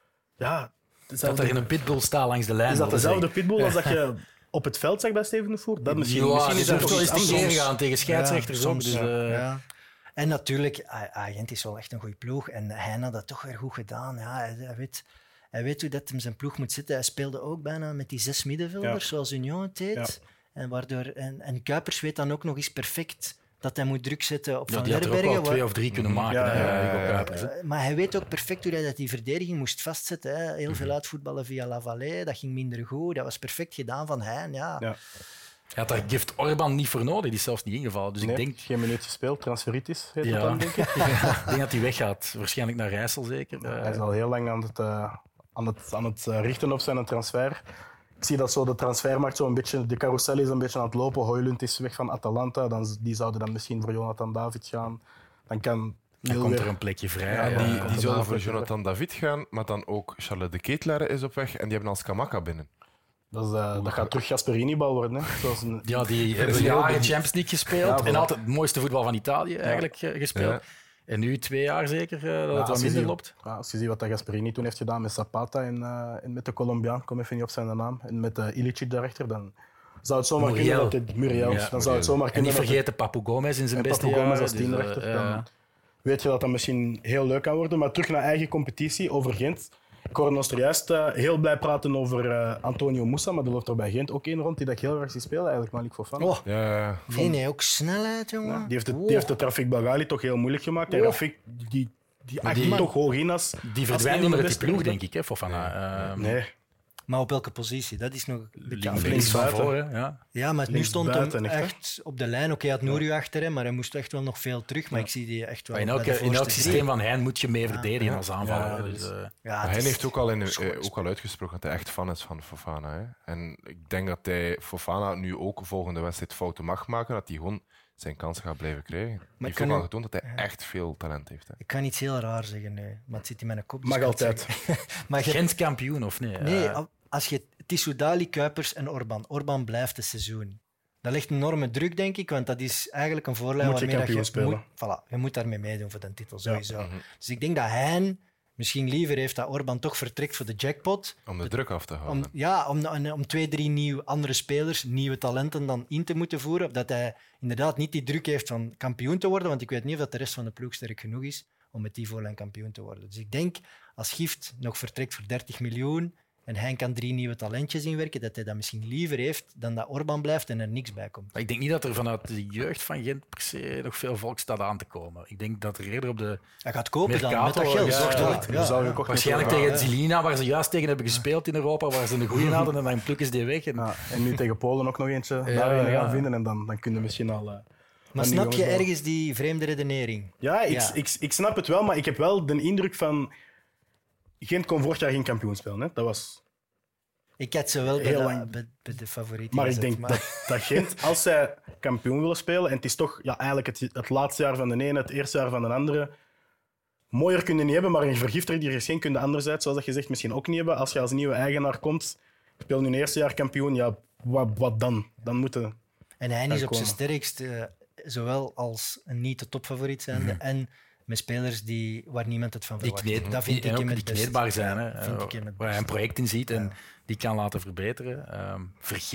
A: Ja, dezelfde,
C: Dat er in een pitbull staat langs de lijn.
A: is dat dezelfde
C: zeggen.
A: pitbull als dat je op het veld zag bij Steven de Voer? Dat misschien,
C: Ja,
A: misschien
C: die
A: is dat
C: durft
A: toch
C: wel
A: iets
C: eens te
A: anders.
C: keer gaan tegen scheidsrechters.
B: Ja,
C: ook,
B: soms,
C: dus, uh,
B: ja. En natuurlijk, Agent is wel echt een goede ploeg. En hij had dat toch weer goed gedaan. Ja, hij, hij, weet, hij weet hoe dat hem zijn ploeg moet zitten. Hij speelde ook bijna met die zes middenvelders,
A: Ja.
B: zoals Union het deed.
A: Ja.
B: En, waardoor, en, en Kuipers weet dan ook nog eens perfect dat hij moet druk zetten op
C: ja,
B: Van
C: die had er ook
B: Lerbergen.
C: wel twee of drie kunnen maken.
A: Ja,
C: hè,
A: ja, ja,
C: Hugo
A: ja.
C: Kuipers, hè.
B: Uh, maar hij weet ook perfect hoe hij dat die verdediging moest vastzetten. Hè. Heel veel uitvoetballen via La Vallée, dat ging minder goed. Dat was perfect gedaan van hij. Ja.
A: Ja.
C: Hij had daar Gift Orban niet voor nodig, die is zelfs niet ingevallen. Dus
A: Nee,
C: ik denk,
A: geen minuut gespeeld, transferitis heet
C: Ja.
A: het dan, denk ik.
C: ik denk dat hij weggaat. Waarschijnlijk naar Rijssel zeker. Uh,
A: Hij is al heel lang aan het, uh, aan het, aan het uh, richten op zijn transfer. Ik zie dat zo de transfermarkt zo een beetje, de carousel is een beetje aan het lopen. Højlund is weg van Atalanta, dan, die zouden dan misschien voor Jonathan David gaan. Dan kan
C: dan
A: heel
C: komt
A: weer-
C: er een plekje vrij.
A: Ja,
C: Ja,
D: Die,
A: ja.
D: die zouden voor
A: Ja.
D: Jonathan David gaan, maar dan ook Charles de Ketelaere is op weg en die hebben als Kamaka binnen.
A: Dat, is, uh, dat gaat terug Gasperini-bal worden. Hè. Zoals een,
C: Ja, die hebben
A: heel
C: jaren
A: benieuwd.
C: Champions League gespeeld.
A: Ja, voilà.
C: En altijd het mooiste voetbal van Italië eigenlijk eh, gespeeld.
D: Ja.
C: En nu twee jaar zeker uh, dat
A: Ja,
C: het wat
A: als je
C: minder
A: ziet-
C: loopt.
A: ja, als je ziet wat dat Gasperini toen heeft gedaan met Zapata en, uh, en met de Colombiaan, kom even niet op zijn naam, en met uh, Ilicic daarachter, dan zou het zomaar
C: Muriel.
A: kunnen dat dit Muriel,
C: Ja,
A: dan zou het zomaar
C: En
A: kunnen
C: niet
A: dat
C: vergeten Papu Gomez in zijn
A: en
C: beste
A: Papu Gomez
C: jaren.
A: als
C: dus,
A: tienrechter,
C: eh,
A: dan
C: eh,
A: weet je dat dat misschien heel leuk kan worden. Maar terug naar eigen competitie, over Gent. Ik hoorde ons er juist uh, heel blij praten over uh, Antonio Moussa, maar er loopt er bij Gent ook één rond die dat ik heel graag zie spelen, eigenlijk Malik Fofana.
B: Oh,
D: Ja, ja, ja.
B: nee, nee, ook snelheid, jongen.
A: Ja, die, heeft de,
B: Oh.
A: die heeft de Trafik Bagali toch heel moeilijk gemaakt. En
B: Oh.
A: Rafik, die, die acht
C: die-
A: toch hoog in als...
C: Die
A: als
C: verdwijnt
A: een
C: niet
A: van
C: meer
A: de
C: uit die
A: beste
C: ploeg,
A: ploegen.
C: denk ik, hè, Fofana. Uh,
A: Nee,
B: Maar op welke positie? Dat is nog een beetje
C: links,
B: afwezig.
C: links van
A: buiten.
C: voren. Ja.
B: Ja, maar nu
A: links
B: stond
A: buiten,
B: hem
A: echt, hè?
B: echt op de lijn. Oké, hij had Nouri achter hem, maar hij moest echt wel nog veel terug. Maar ik zie die echt wel
C: Maar in
B: bij
C: elk,
B: de
C: in elk
B: voorste
C: systeem
B: drie.
C: van Hein moet je mee verdedigen als aanvaller.
A: Ja,
C: dus,
A: dus-
C: uh,
B: Ja,
D: Maar
B: het
D: hij
B: is-
D: heeft ook al, in,
B: schoon
D: eh, ook al uitgesproken dat hij echt fan is van Fofana. Hè. En ik denk dat hij Fofana nu ook volgende wedstrijd fouten mag maken, dat hij gewoon zijn kansen gaat blijven krijgen. Hij heeft
B: kan
D: ook al
B: ook-
D: getoond dat hij echt veel talent heeft. Hè.
B: Ik kan iets heel raar zeggen nu, maar het zit in mijn kop. dus
A: mag
B: ik kan het
A: altijd.
B: zeggen. Maar je-
C: Gent kampioen of nee?
B: nee,
C: Uh,
B: als je Tissoudali, Kuipers en Orban. Orban blijft het seizoen. Dat legt een enorme druk, denk ik, want dat is eigenlijk een voorlijn
A: Moet je
B: waarmee dat
A: kampioen
B: je
A: spelen.
B: moet, voilà, je moet daarmee meedoen voor de titel, sowieso.
D: Mhm.
B: Dus ik denk dat Hein misschien liever heeft dat Orban toch vertrekt voor de jackpot.
D: Om de druk af te houden.
B: Om, ja, om, om twee, drie nieuwe andere spelers, nieuwe talenten dan in te moeten voeren. Dat hij inderdaad niet die druk heeft van kampioen te worden, want ik weet niet of dat de rest van de ploeg sterk genoeg is om met die voorlijn kampioen te worden. Dus ik denk, als Gift nog vertrekt voor dertig miljoen en hij kan drie nieuwe talentjes inwerken, dat hij dat misschien liever heeft dan dat Orban blijft en er niks bij komt.
C: ik denk niet dat er vanuit de jeugd van Gent per se nog veel volk staat aan te komen. Ik denk dat er eerder op de...
B: Hij gaat kopen dan, met
C: Mercato,
B: dat geld.
C: ja,
B: Zorgt
C: ja,
B: wel.
C: ja.
A: Die zou gekocht
C: Waarschijnlijk
A: moeten
C: tegen Zilina, waar ze juist tegen hebben gespeeld in Europa, waar ze een goeie hadden en dan plukken ze die weg. En,
A: worden. Ja, en nu tegen Polen ook nog eentje
C: Ja,
A: daarin
C: ja.
A: gaan vinden en dan, dan kun je misschien al... Uh,
B: Maar
A: aan die
B: snap je
A: jongens wel-
B: ergens die vreemde redenering?
A: Ja, ik,
B: Ja.
A: Ik, ik snap het wel, maar ik heb wel de indruk van... Gent kon vorig jaar geen kampioen spelen. Hè? Dat was...
B: Ik had ze wel bij,
A: Heel
B: de,
A: lang.
B: bij, bij de favorieten
A: Maar ik
B: gezet,
A: denk
B: maar-
A: dat, dat Gent, als zij kampioen willen spelen, en het is toch ja, eigenlijk het, het laatste jaar van de ene, het eerste jaar van de andere, mooier kunnen niet hebben, maar een vergifter die er is geen kun je anderzijds, zoals dat je zegt, misschien ook niet hebben. Als je als nieuwe eigenaar komt, speel nu een eerste jaar kampioen, ja, wat, wat dan? Dan moeten...
B: En hij
A: kan
B: is op zijn
A: komen.
B: sterkst, eh, zowel als een niet de topfavoriet zijnde en met spelers die, waar niemand het van
C: die
B: verwacht.
C: kneed,
B: dat vind
C: die,
B: ik
C: en
B: hem
C: ook
B: het
C: die
B: best.
C: kneedbaar zijn, hè,
B: Ja, vind
C: eh,
B: ik hem het
C: waar hij een
B: best.
C: project in ziet en die kan laten verbeteren. Um, vergiftigd.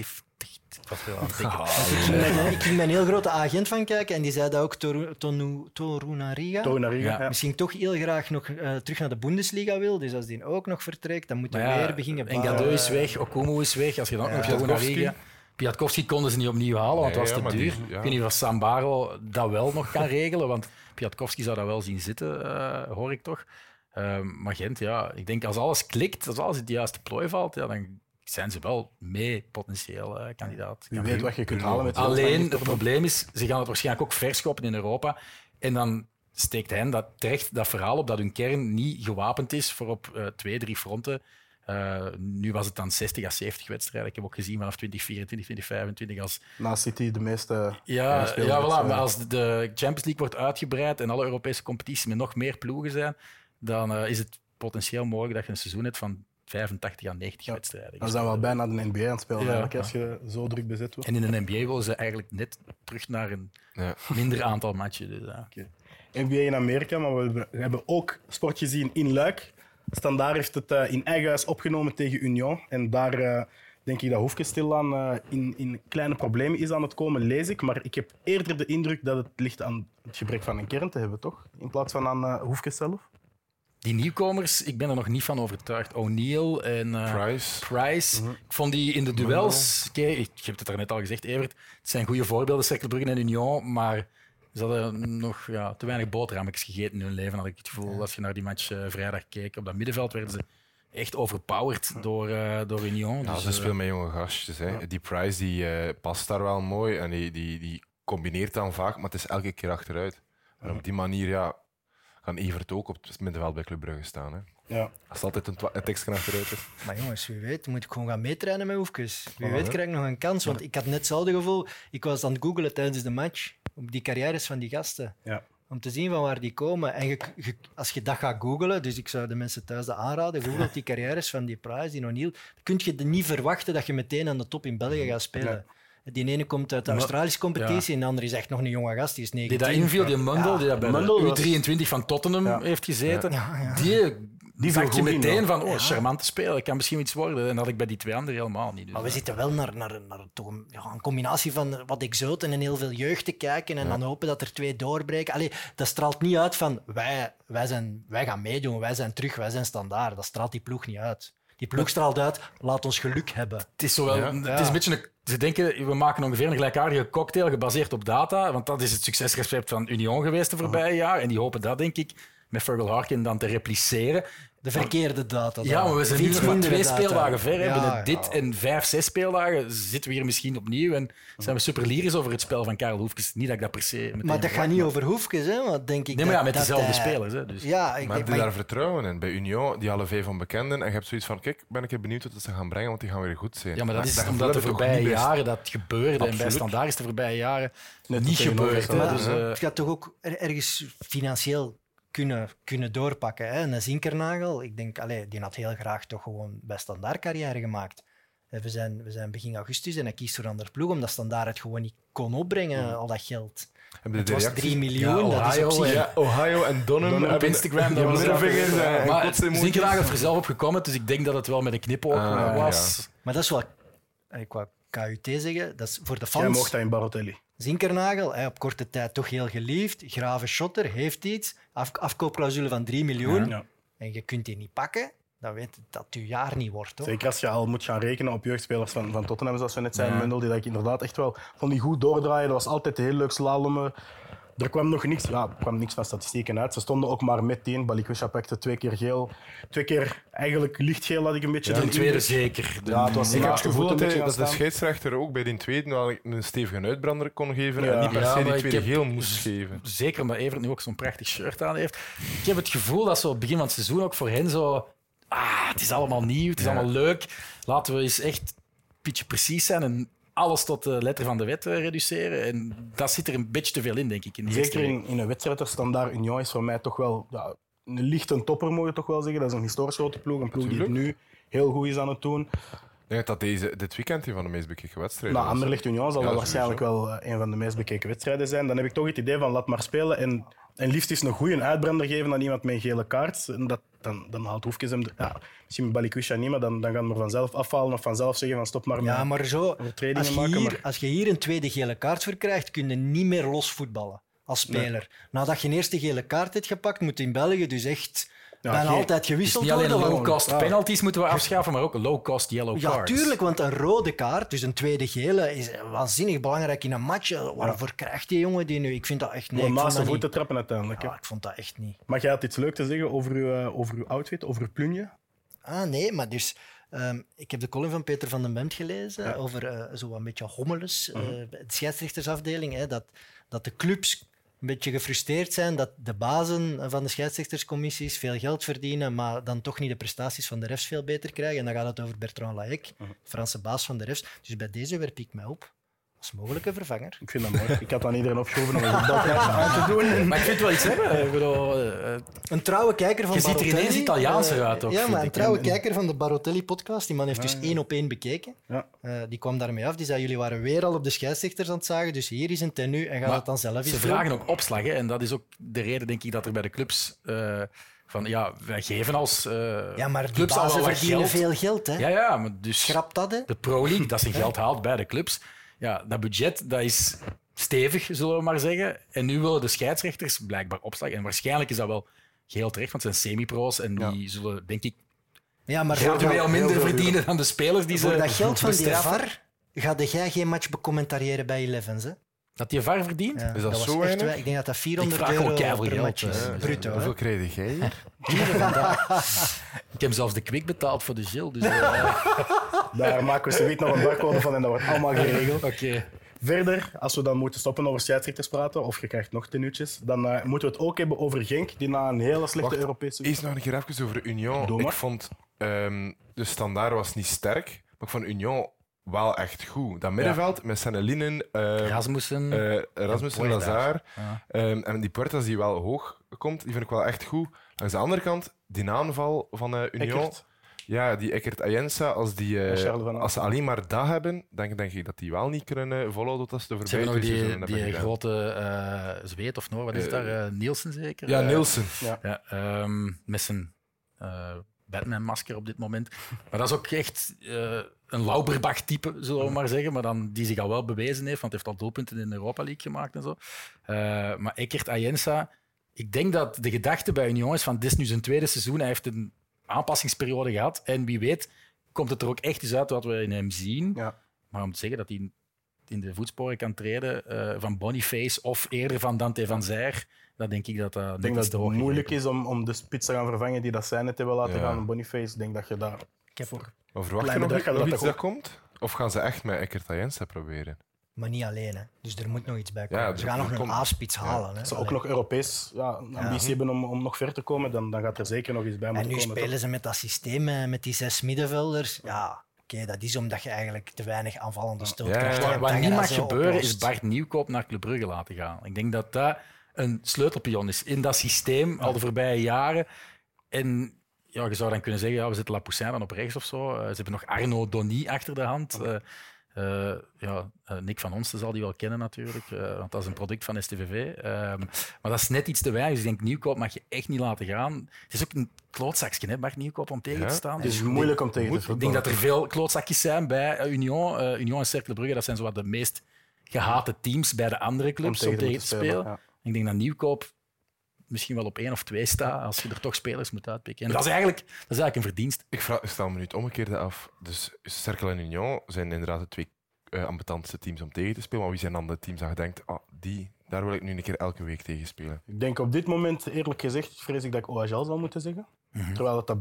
C: Ik was wel aan het denken.
B: Dus ik, ging met, ik ging met een heel grote agent van kijken en die zei dat ook Toru- Tonu- Torunariga
A: Torunariga,
C: Ja.
A: ja.
B: misschien toch heel graag nog uh, terug naar de Bundesliga wil. Dus als die ook nog vertrekt, dan moeten we
C: Maar ja,
B: weer beginnen
C: Engadeu
B: bouwen.
C: is weg, Okumu is weg. Als je dan ook nog
D: Piatkowski.
C: Torunariga... Piatkowski konden ze niet opnieuw halen, want
D: Nee,
C: het was
D: ja,
C: te
D: maar
C: duur.
D: die- ja.
C: Ik weet niet of Sambaro dat wel nog kan regelen, want Piatkowski zou dat wel zien zitten, uh, hoor ik toch. Uh, maar Gent, ja, ik denk als alles klikt, als alles in de juiste plooi valt, ja, dan zijn ze wel mee potentieel uh, kandidaat.
A: Wie weet wat je kunt halen met
C: Alleen, het probleem is, ze gaan het waarschijnlijk ook verschoppen in Europa. En dan steekt hen dat terecht dat verhaal op dat hun kern niet gewapend is voor op uh, twee, drie fronten. Uh, nu was het dan zestig à zeventig wedstrijden. Ik heb ook gezien vanaf twintig vierentwintig, twintig vijfentwintig als...
A: Na City de meeste...
C: Ja, ja voilà, maar als de Champions League wordt uitgebreid en alle Europese competities met nog meer ploegen zijn, dan uh, is het potentieel mogelijk dat je een seizoen hebt van vijfentachtig à negentig
A: ja.
C: wedstrijden.
A: Dan zijn we al bijna de N B A aan het spelen,
C: Ja.
A: eigenlijk, als je zo druk bezet wordt.
C: En in de N B A willen ze eigenlijk net terug naar een
D: Ja.
C: minder aantal matchen. Dus, ja.
A: Okay. N B A in Amerika, maar we hebben, we hebben ook sport gezien in Luik. Standaard heeft het uh, in eigen huis opgenomen tegen Union. En daar uh, denk ik dat Hoefkes stilaan uh, in, in kleine problemen is aan het komen, lees ik. Maar ik heb eerder de indruk dat het ligt aan het gebrek van een kern te hebben, toch? In plaats van aan uh, Hoefkes zelf.
C: Die nieuwkomers, ik ben er nog niet van overtuigd. O'Neill en uh,
D: Price.
C: Price. Mm-hmm. Ik vond die in de duels... Kijk, ik heb het er net al gezegd, Evert. Het zijn goede voorbeelden, Cercle Brugge en Union, maar ze hadden nog ja, te weinig boterhammetjes gegeten in hun leven, had ik het gevoel. Als je naar die match uh, vrijdag keek. Op dat middenveld werden ze echt overpowered door, uh, door Union.
D: Ja,
C: dus,
D: ze
C: uh,
D: spelen met jonge gastjes. Hè.
A: Ja.
D: Die Price die, uh, past daar wel mooi en die, die, die combineert dan vaak, maar het is elke keer achteruit. En op die manier ja, kan Evert ook op het middenveld bij Club Brugge staan. Hè.
A: Ja.
D: Als het altijd een, twa- een tekstje achteruit is.
B: Maar jongens, wie weet, moet ik gewoon gaan meetrainen met Hoefkes. Wie
D: Ah,
B: weet
D: hè?
B: krijg ik nog een kans. Want ik had net hetzelfde gevoel. Ik was aan het googlen tijdens de match op die carrières van die gasten.
A: Ja.
B: Om te zien van waar die komen. En je, je, als je dat gaat googlen, dus ik zou de mensen thuis dat aanraden, google die carrières van die Price, die O'Neill, dan kun je er niet verwachten dat je meteen aan de top in België gaat spelen. Die ene komt uit de
C: Maar-
B: Australische competitie en de andere is echt nog een jonge gast, die is
C: die
B: negentien.
C: dat inviel, die Mundel,
B: Ja.
C: die dat bij
A: Mundel
C: de
A: was-
C: U drieëntwintig van Tottenham
A: Ja.
C: heeft gezeten,
B: Ja, ja.
C: die, die
A: viel
C: zag je
A: goed in,
C: meteen
A: hoor.
C: van, oh,
B: Ja.
C: charmante speler, kan misschien iets worden. En dat had ik bij die twee anderen helemaal niet. Dus,
B: Maar we
C: ja.
B: zitten wel naar, naar, naar toch een, ja, een combinatie van wat exoten en heel veel jeugd te kijken en dan hopen dat er twee doorbreken. Allee, dat straalt niet uit van wij, wij, zijn, wij gaan meedoen, wij zijn terug, wij zijn standaard. Dat straalt die ploeg niet uit. Die ploeg straalt uit, laat ons geluk hebben.
C: Het is, zo wel,
D: Ja.
C: het is een beetje een, ze denken, we maken ongeveer een gelijkaardige cocktail gebaseerd op data, want dat is het succesrecept van Union geweest de voorbije jaren. En die hopen dat, denk ik, met Fergal Harkin dan te repliceren.
B: De verkeerde data.
C: Ja, maar we zijn nu
B: Iets
C: nog maar
B: mindere
C: twee
B: data.
C: speeldagen ver. Hè.
B: Ja,
C: Binnen
B: ja.
C: dit en vijf, zes speeldagen zitten we hier misschien opnieuw en zijn we super lyrisch over het spel van Karel Hoefkes. Niet dat ik dat per se meteen
B: Maar dat gaat
C: verwacht,
B: niet
C: maar-
B: over Hoefkes, hè? Want denk ik
C: Nee, maar ja,
B: dat-
C: met
B: dat
C: dezelfde
B: hij-
C: spelers. Hè, dus.
B: Ja, ik
D: Maar heb
B: denk,
D: je
B: maar
D: daar vertrouwen in? Bij Union, die alle vijf onbekenden, en je hebt zoiets van, kijk, ben ik even benieuwd wat ze gaan brengen, want die gaan weer goed zijn.
C: Ja, maar dat is
D: gevoel
C: omdat de
D: heb ik toch
C: voorbije
D: niet bij-
C: jaren dat gebeurde. En bij
D: Absoluut.
C: Standaard is de voorbije jaren
A: Net
C: niet
A: tegenover
C: gebeurd. Hè.
A: Standaard,
C: Dus,
B: Maar
C: eh,
B: het gaat toch ook er- ergens financieel kunnen, kunnen doorpakken. Hè? Een Zinkernagel, ik denk, allee, die had heel graag toch gewoon bij Standaard carrière gemaakt. Eh, We zijn, we zijn begin augustus en hij kiest voor een andere ploeg, omdat Standaard het gewoon niet kon opbrengen, al dat geld.
D: Hebben
B: Het
D: de
B: was
D: reacties-
B: drie miljoen,
C: Ja,
B: dat is op
C: Ohio,
B: zich...
C: ja.
D: Ohio en Donham
C: op
D: hebben-
C: Instagram, dat
D: die
C: was
D: middenvingers
C: dat.
D: en- en
C: Maar
D: kotsemojis.
C: Zinkernagel heeft er zelf op gekomen, dus ik denk dat het wel met een knipoog
D: Ah,
C: eh, was.
B: Maar dat is wel... Ik wou K U T zeggen, dat is voor de
A: Jij
B: fans...
A: mocht dat in Barotelli.
B: Zinkernagel, hè, op korte tijd toch heel geliefd. Grave shotter, heeft iets. Af, afkoopclausule van drie miljoen.
A: Ja.
B: En je kunt die niet pakken. Dan weet je dat het je jaar niet wordt. Toch?
A: Zeker als je al moet gaan rekenen op jeugdspelers van, van Tottenham, zoals we net zeiden,
C: Ja.
A: Mundel, die dat ik inderdaad echt wel vond die goed doordraaien. Dat was altijd heel leuk slalommen. Er kwam nog niks, ja, er kwam niks van statistieken uit. Ze stonden ook maar met één. Balikwisha pakte twee keer geel. Twee keer eigenlijk lichtgeel had ik een beetje.
C: De
A: de
C: tweede
A: indruk.
C: zeker. De-
A: Ja, het was
D: Ik heb
A: Ja,
D: het gevoel
A: voet een
D: dat, hij-
A: beetje gaan
D: dat de
A: staan.
D: scheidsrechter ook bij die tweede wel een stevige uitbrander kon geven
A: Ja.
D: en niet per
C: Ja,
D: se
C: maar
D: die
C: ik
D: tweede
C: heb-
D: geel moest geven.
C: Zeker omdat Evert nu ook zo'n prachtig shirt aan heeft. Ik heb het gevoel dat zo op het begin van het seizoen ook voor hen zo... Ah, het is allemaal nieuw, het is
D: Ja.
C: allemaal leuk. Laten we eens echt een beetje precies zijn en alles tot de letter van de wet eh, reduceren. En dat zit er een beetje te veel in, denk ik. In die
A: Zeker
C: eerste
A: in, in een wedstrijd als Standaard Union is voor mij toch wel ja, een licht een topper, moet je toch wel zeggen. Dat is een historisch grote ploeg. Een ploeg die het nu heel goed is aan het doen.
D: Ik denk dat dit dit weekend een van de meest bekeken wedstrijden
A: Nou,
D: was.
A: Anderlecht Union zal
D: Ja,
A: dat waarschijnlijk wel eh, een van de meest bekeken wedstrijden zijn. Dan heb ik toch het idee van laat maar spelen en, en liefst eens een goede uitbrander geven dan iemand met een gele kaart. En dat dan, dan haalt Hoefkes hem... Ja, misschien met Balikwisha niet, maar dan, dan gaan we er vanzelf afhalen of vanzelf zeggen van stop maar met
B: Ja, maar zo,
A: overtredingen
B: als je,
A: maken.
B: hier,
A: Maar
B: als je hier een tweede gele kaart voor krijgt, kun je niet meer los voetballen als speler. Nadat je een eerste gele kaart hebt gepakt, moet in België dus echt
A: Ja,
B: bijna
A: geen-
B: altijd
C: Dus
B: gewisseld
C: niet alleen
B: worden. want-
C: low-cost
A: Ja.
C: penalties moeten we afschaffen, maar ook low-cost yellow
B: Ja,
C: cards.
B: tuurlijk, want een rode kaart, dus een tweede gele, is waanzinnig belangrijk in een match. Waarvoor krijgt die jongen die nu? Ik vind dat echt nee.
A: om
B: ik vond
A: naast de
B: dat
A: voet te
B: niet.
A: trappen uiteindelijk. hè.
B: Ja, ik vond dat echt niet.
A: Maar jij had iets leuk te zeggen over uw, uh, over uw outfit, over uw plunje.
B: Ah, nee, maar dus... ehm, ik heb de column van Peter van den Bemt gelezen
A: Ja.
B: over eh, zo een beetje hommeles, eh,
A: Mhm.
B: de scheidsrechtersafdeling, hè, dat, dat de clubs een beetje gefrustreerd zijn dat de bazen van de scheidsrechterscommissies veel geld verdienen, maar dan toch niet de prestaties van de refs veel beter krijgen. En dan gaat het over Bertrand Laec,
A: Mhm.
B: de Franse baas van de refs. Dus bij deze werp ik mij op als mogelijke vervanger.
A: Ik vind dat mooi. Ik had aan iedereen opgeschoven om een balkruisje aan te doen.
C: Maar ik vind wel iets hebben. Ik bedoel, eh, eh,
B: Een trouwe kijker van
C: Je ziet er
B: Barotelli,
C: ineens Italiaanser
B: eh,
C: uit ook,
B: Ja,
C: vind
B: maar een
C: ik.
B: trouwe
A: En-
B: kijker van de Barotelli-podcast, die man heeft dus
A: Ja, ja.
B: één op één bekeken.
A: Ja.
B: Eh, die kwam daarmee af. Die zei, jullie waren weer al op de scheidsrechters aan het zagen, dus hier is een tenue en ga
C: Maar
B: dat dan zelf eens
C: ze
B: doen.
C: vragen ook opslag. Hè, en dat is ook de reden, denk ik, dat er bij de clubs... eh, van, ja, wij geven als eh,
B: Ja, maar die
C: clubs al wel
B: bazen
C: wat
B: verdienen
C: geld.
B: veel geld, hè.
C: Ja, ja, maar dus
B: Schrap dat, hè.
C: de Pro League, dat zijn geld haalt bij de clubs. Ja, dat budget dat is stevig, zullen we maar zeggen. En nu willen de scheidsrechters blijkbaar opslag. En waarschijnlijk is dat wel geheel terecht, want het zijn semi-pro's en die zullen, denk ik,
B: Ja, maar
C: gradueel
B: voor,
C: minder
A: heel veel
C: verdienen dan de spelers die ze
B: voor dat geld van die
C: bestraffen.
B: V A R ga jij geen match becommentariëren bij Elevens, hè.
C: Dat die V A R verdient?
B: Ja,
D: Is dat
B: was
D: zo
B: echt
D: weinig?
B: wij- Ik denk dat dat vierhonderd
C: Ik vraag gewoon
B: euro
C: keiveel
B: per
C: geld,
B: match is.
C: hè.
B: Bruto, hè.
D: Hoeveel kreeg jij hier?
C: Ik heb zelfs de kwik betaald voor de Gilles. Dus, eh,
A: Daar maken we zoiets nog een barcode van en dat wordt allemaal geregeld.
C: Oké.
A: Verder, als we dan moeten stoppen over scheidsrechters praten, of je krijgt nog tenuutjes, dan uh, moeten we het ook hebben over Genk, die na een hele slechte
D: Wacht,
A: Europese...
D: Eerst nog een keer even over Union.
A: Doe maar.
D: Ik vond um, de standaard was niet sterk, maar ik vond Union wel echt goed. Dat middenveld met Sennelinen, uh,
C: Rasmussen.
D: uh, Rasmussen,
C: en Puertas.
D: Lazar
C: Ja.
D: um, en die Puertas die wel hoog komt, die vind ik wel echt goed. Langs de andere kant, die aanval van uh, Union...
A: Eckert.
D: Ja, die Eckert Ayensa, als, die, uh,
A: En Charles van
D: als ze
A: Aken.
D: alleen maar dat hebben, dan denk ik dat die wel niet kunnen uh, volhouden tot ze de
C: Ze hebben
D: voorbije
C: nog
D: twee
C: die,
D: seizoenen
C: die
D: hebben gedaan.
C: grote eh zweet of Noor, wat is
D: Eh,
C: daar? Uh, Nielsen zeker?
D: Ja,
C: Eh,
D: Nielsen.
A: Ja.
C: Ja, ehm, met zijn eh, Batman-masker op dit moment. Maar dat is ook echt eh, een Lauberbach-type, zullen we maar zeggen. Maar dan, die zich al wel bewezen heeft, want hij heeft al doelpunten in de Europa League gemaakt en zo. Eh, maar Eckert Ayensa, ik denk dat de gedachte bij Union is van dit is nu zijn tweede seizoen. Hij heeft een aanpassingsperiode gehad. En wie weet komt het er ook echt eens uit wat we in hem zien.
A: Ja.
C: Maar om te zeggen dat hij in de voetsporen kan treden eh, van Boniface of eerder van Dante van Zijr, dan denk ik dat dat
A: Ik
C: net
A: denk
C: iets
A: dat
C: te
A: het
C: hoog
A: moeilijk
C: gegrepen
A: is om, om de spits te gaan vervangen die dat zij net hebben laten
D: Ja.
A: gaan. Boniface, ik denk dat je daar...
B: Ik heb
A: voor...
D: Maar verwacht je
A: Klein
D: nog,
A: bedrag gaat
D: nog
A: dat
D: iets
A: toch
D: dat komt? Of gaan ze echt met Eckert Ayensa proberen?
B: Maar niet alleen, hè. Dus er moet nog iets bij komen.
D: Ja,
B: Ze
D: er-
B: gaan nog
D: er
B: een
D: komt-
B: A-spits halen. Hè.
A: Als ze ook
B: Allee.
A: nog Europees ja, een ambitie
B: Ja.
A: hebben om, om nog ver te komen, dan, dan gaat er zeker nog iets bij
B: En
A: moeten
B: nu
A: komen.
B: spelen ze met dat systeem, eh, met die zes middenvelders. Ja, oké, dat is omdat je eigenlijk te weinig aanvallende stootkracht
D: Ja,
B: hebt.
C: Wat
B: dat je
C: niet
B: dat
C: mag
B: zo
C: gebeuren,
B: oplost.
C: is Bart Nieuwkoop naar Club Brugge laten gaan. Ik denk dat dat een sleutelpion is in dat systeem al de voorbije jaren. En ja, je zou dan kunnen zeggen, ja, we zetten Lapoussin dan op rechts of zo. Uh, ze hebben nog Arnaud Donny achter de hand. Uh, uh, ja, uh, Nick van Onsten zal die wel kennen natuurlijk, uh, want dat is een product van S T V V. Uh, maar dat is net iets te weinig. Dus ik denk, Nieuwkoop mag je echt niet laten gaan. Het is ook een klootzakje, hè, Bart Nieuwkoop, om tegen
D: Ja.
C: te staan.
A: Het is
C: Dus
A: moeilijk om tegen te
C: ik denk
A: voetballen.
C: dat er veel klootzakjes zijn bij Union. Uh, Union en Cercle Brugge, dat zijn zowat de meest gehate teams bij de andere clubs om tegen te spelen.
A: Ja.
C: Ik denk dat Nieuwkoop misschien wel op één of twee staat als je er toch spelers moet uitpikken. En dat is eigenlijk, dat is eigenlijk een verdienst.
D: Ik, vraag, ik stel me nu het omgekeerde af. Dus Cercle en Union zijn inderdaad de twee uh, ambetantste teams om tegen te spelen. Maar wie zijn dan de teams dat je denkt, ah, die, daar wil ik nu een keer elke week tegen spelen?
A: Ik denk op dit moment, eerlijk gezegd, vrees ik dat ik O H L zal moeten zeggen.
C: Mm-hmm.
A: Terwijl het dat...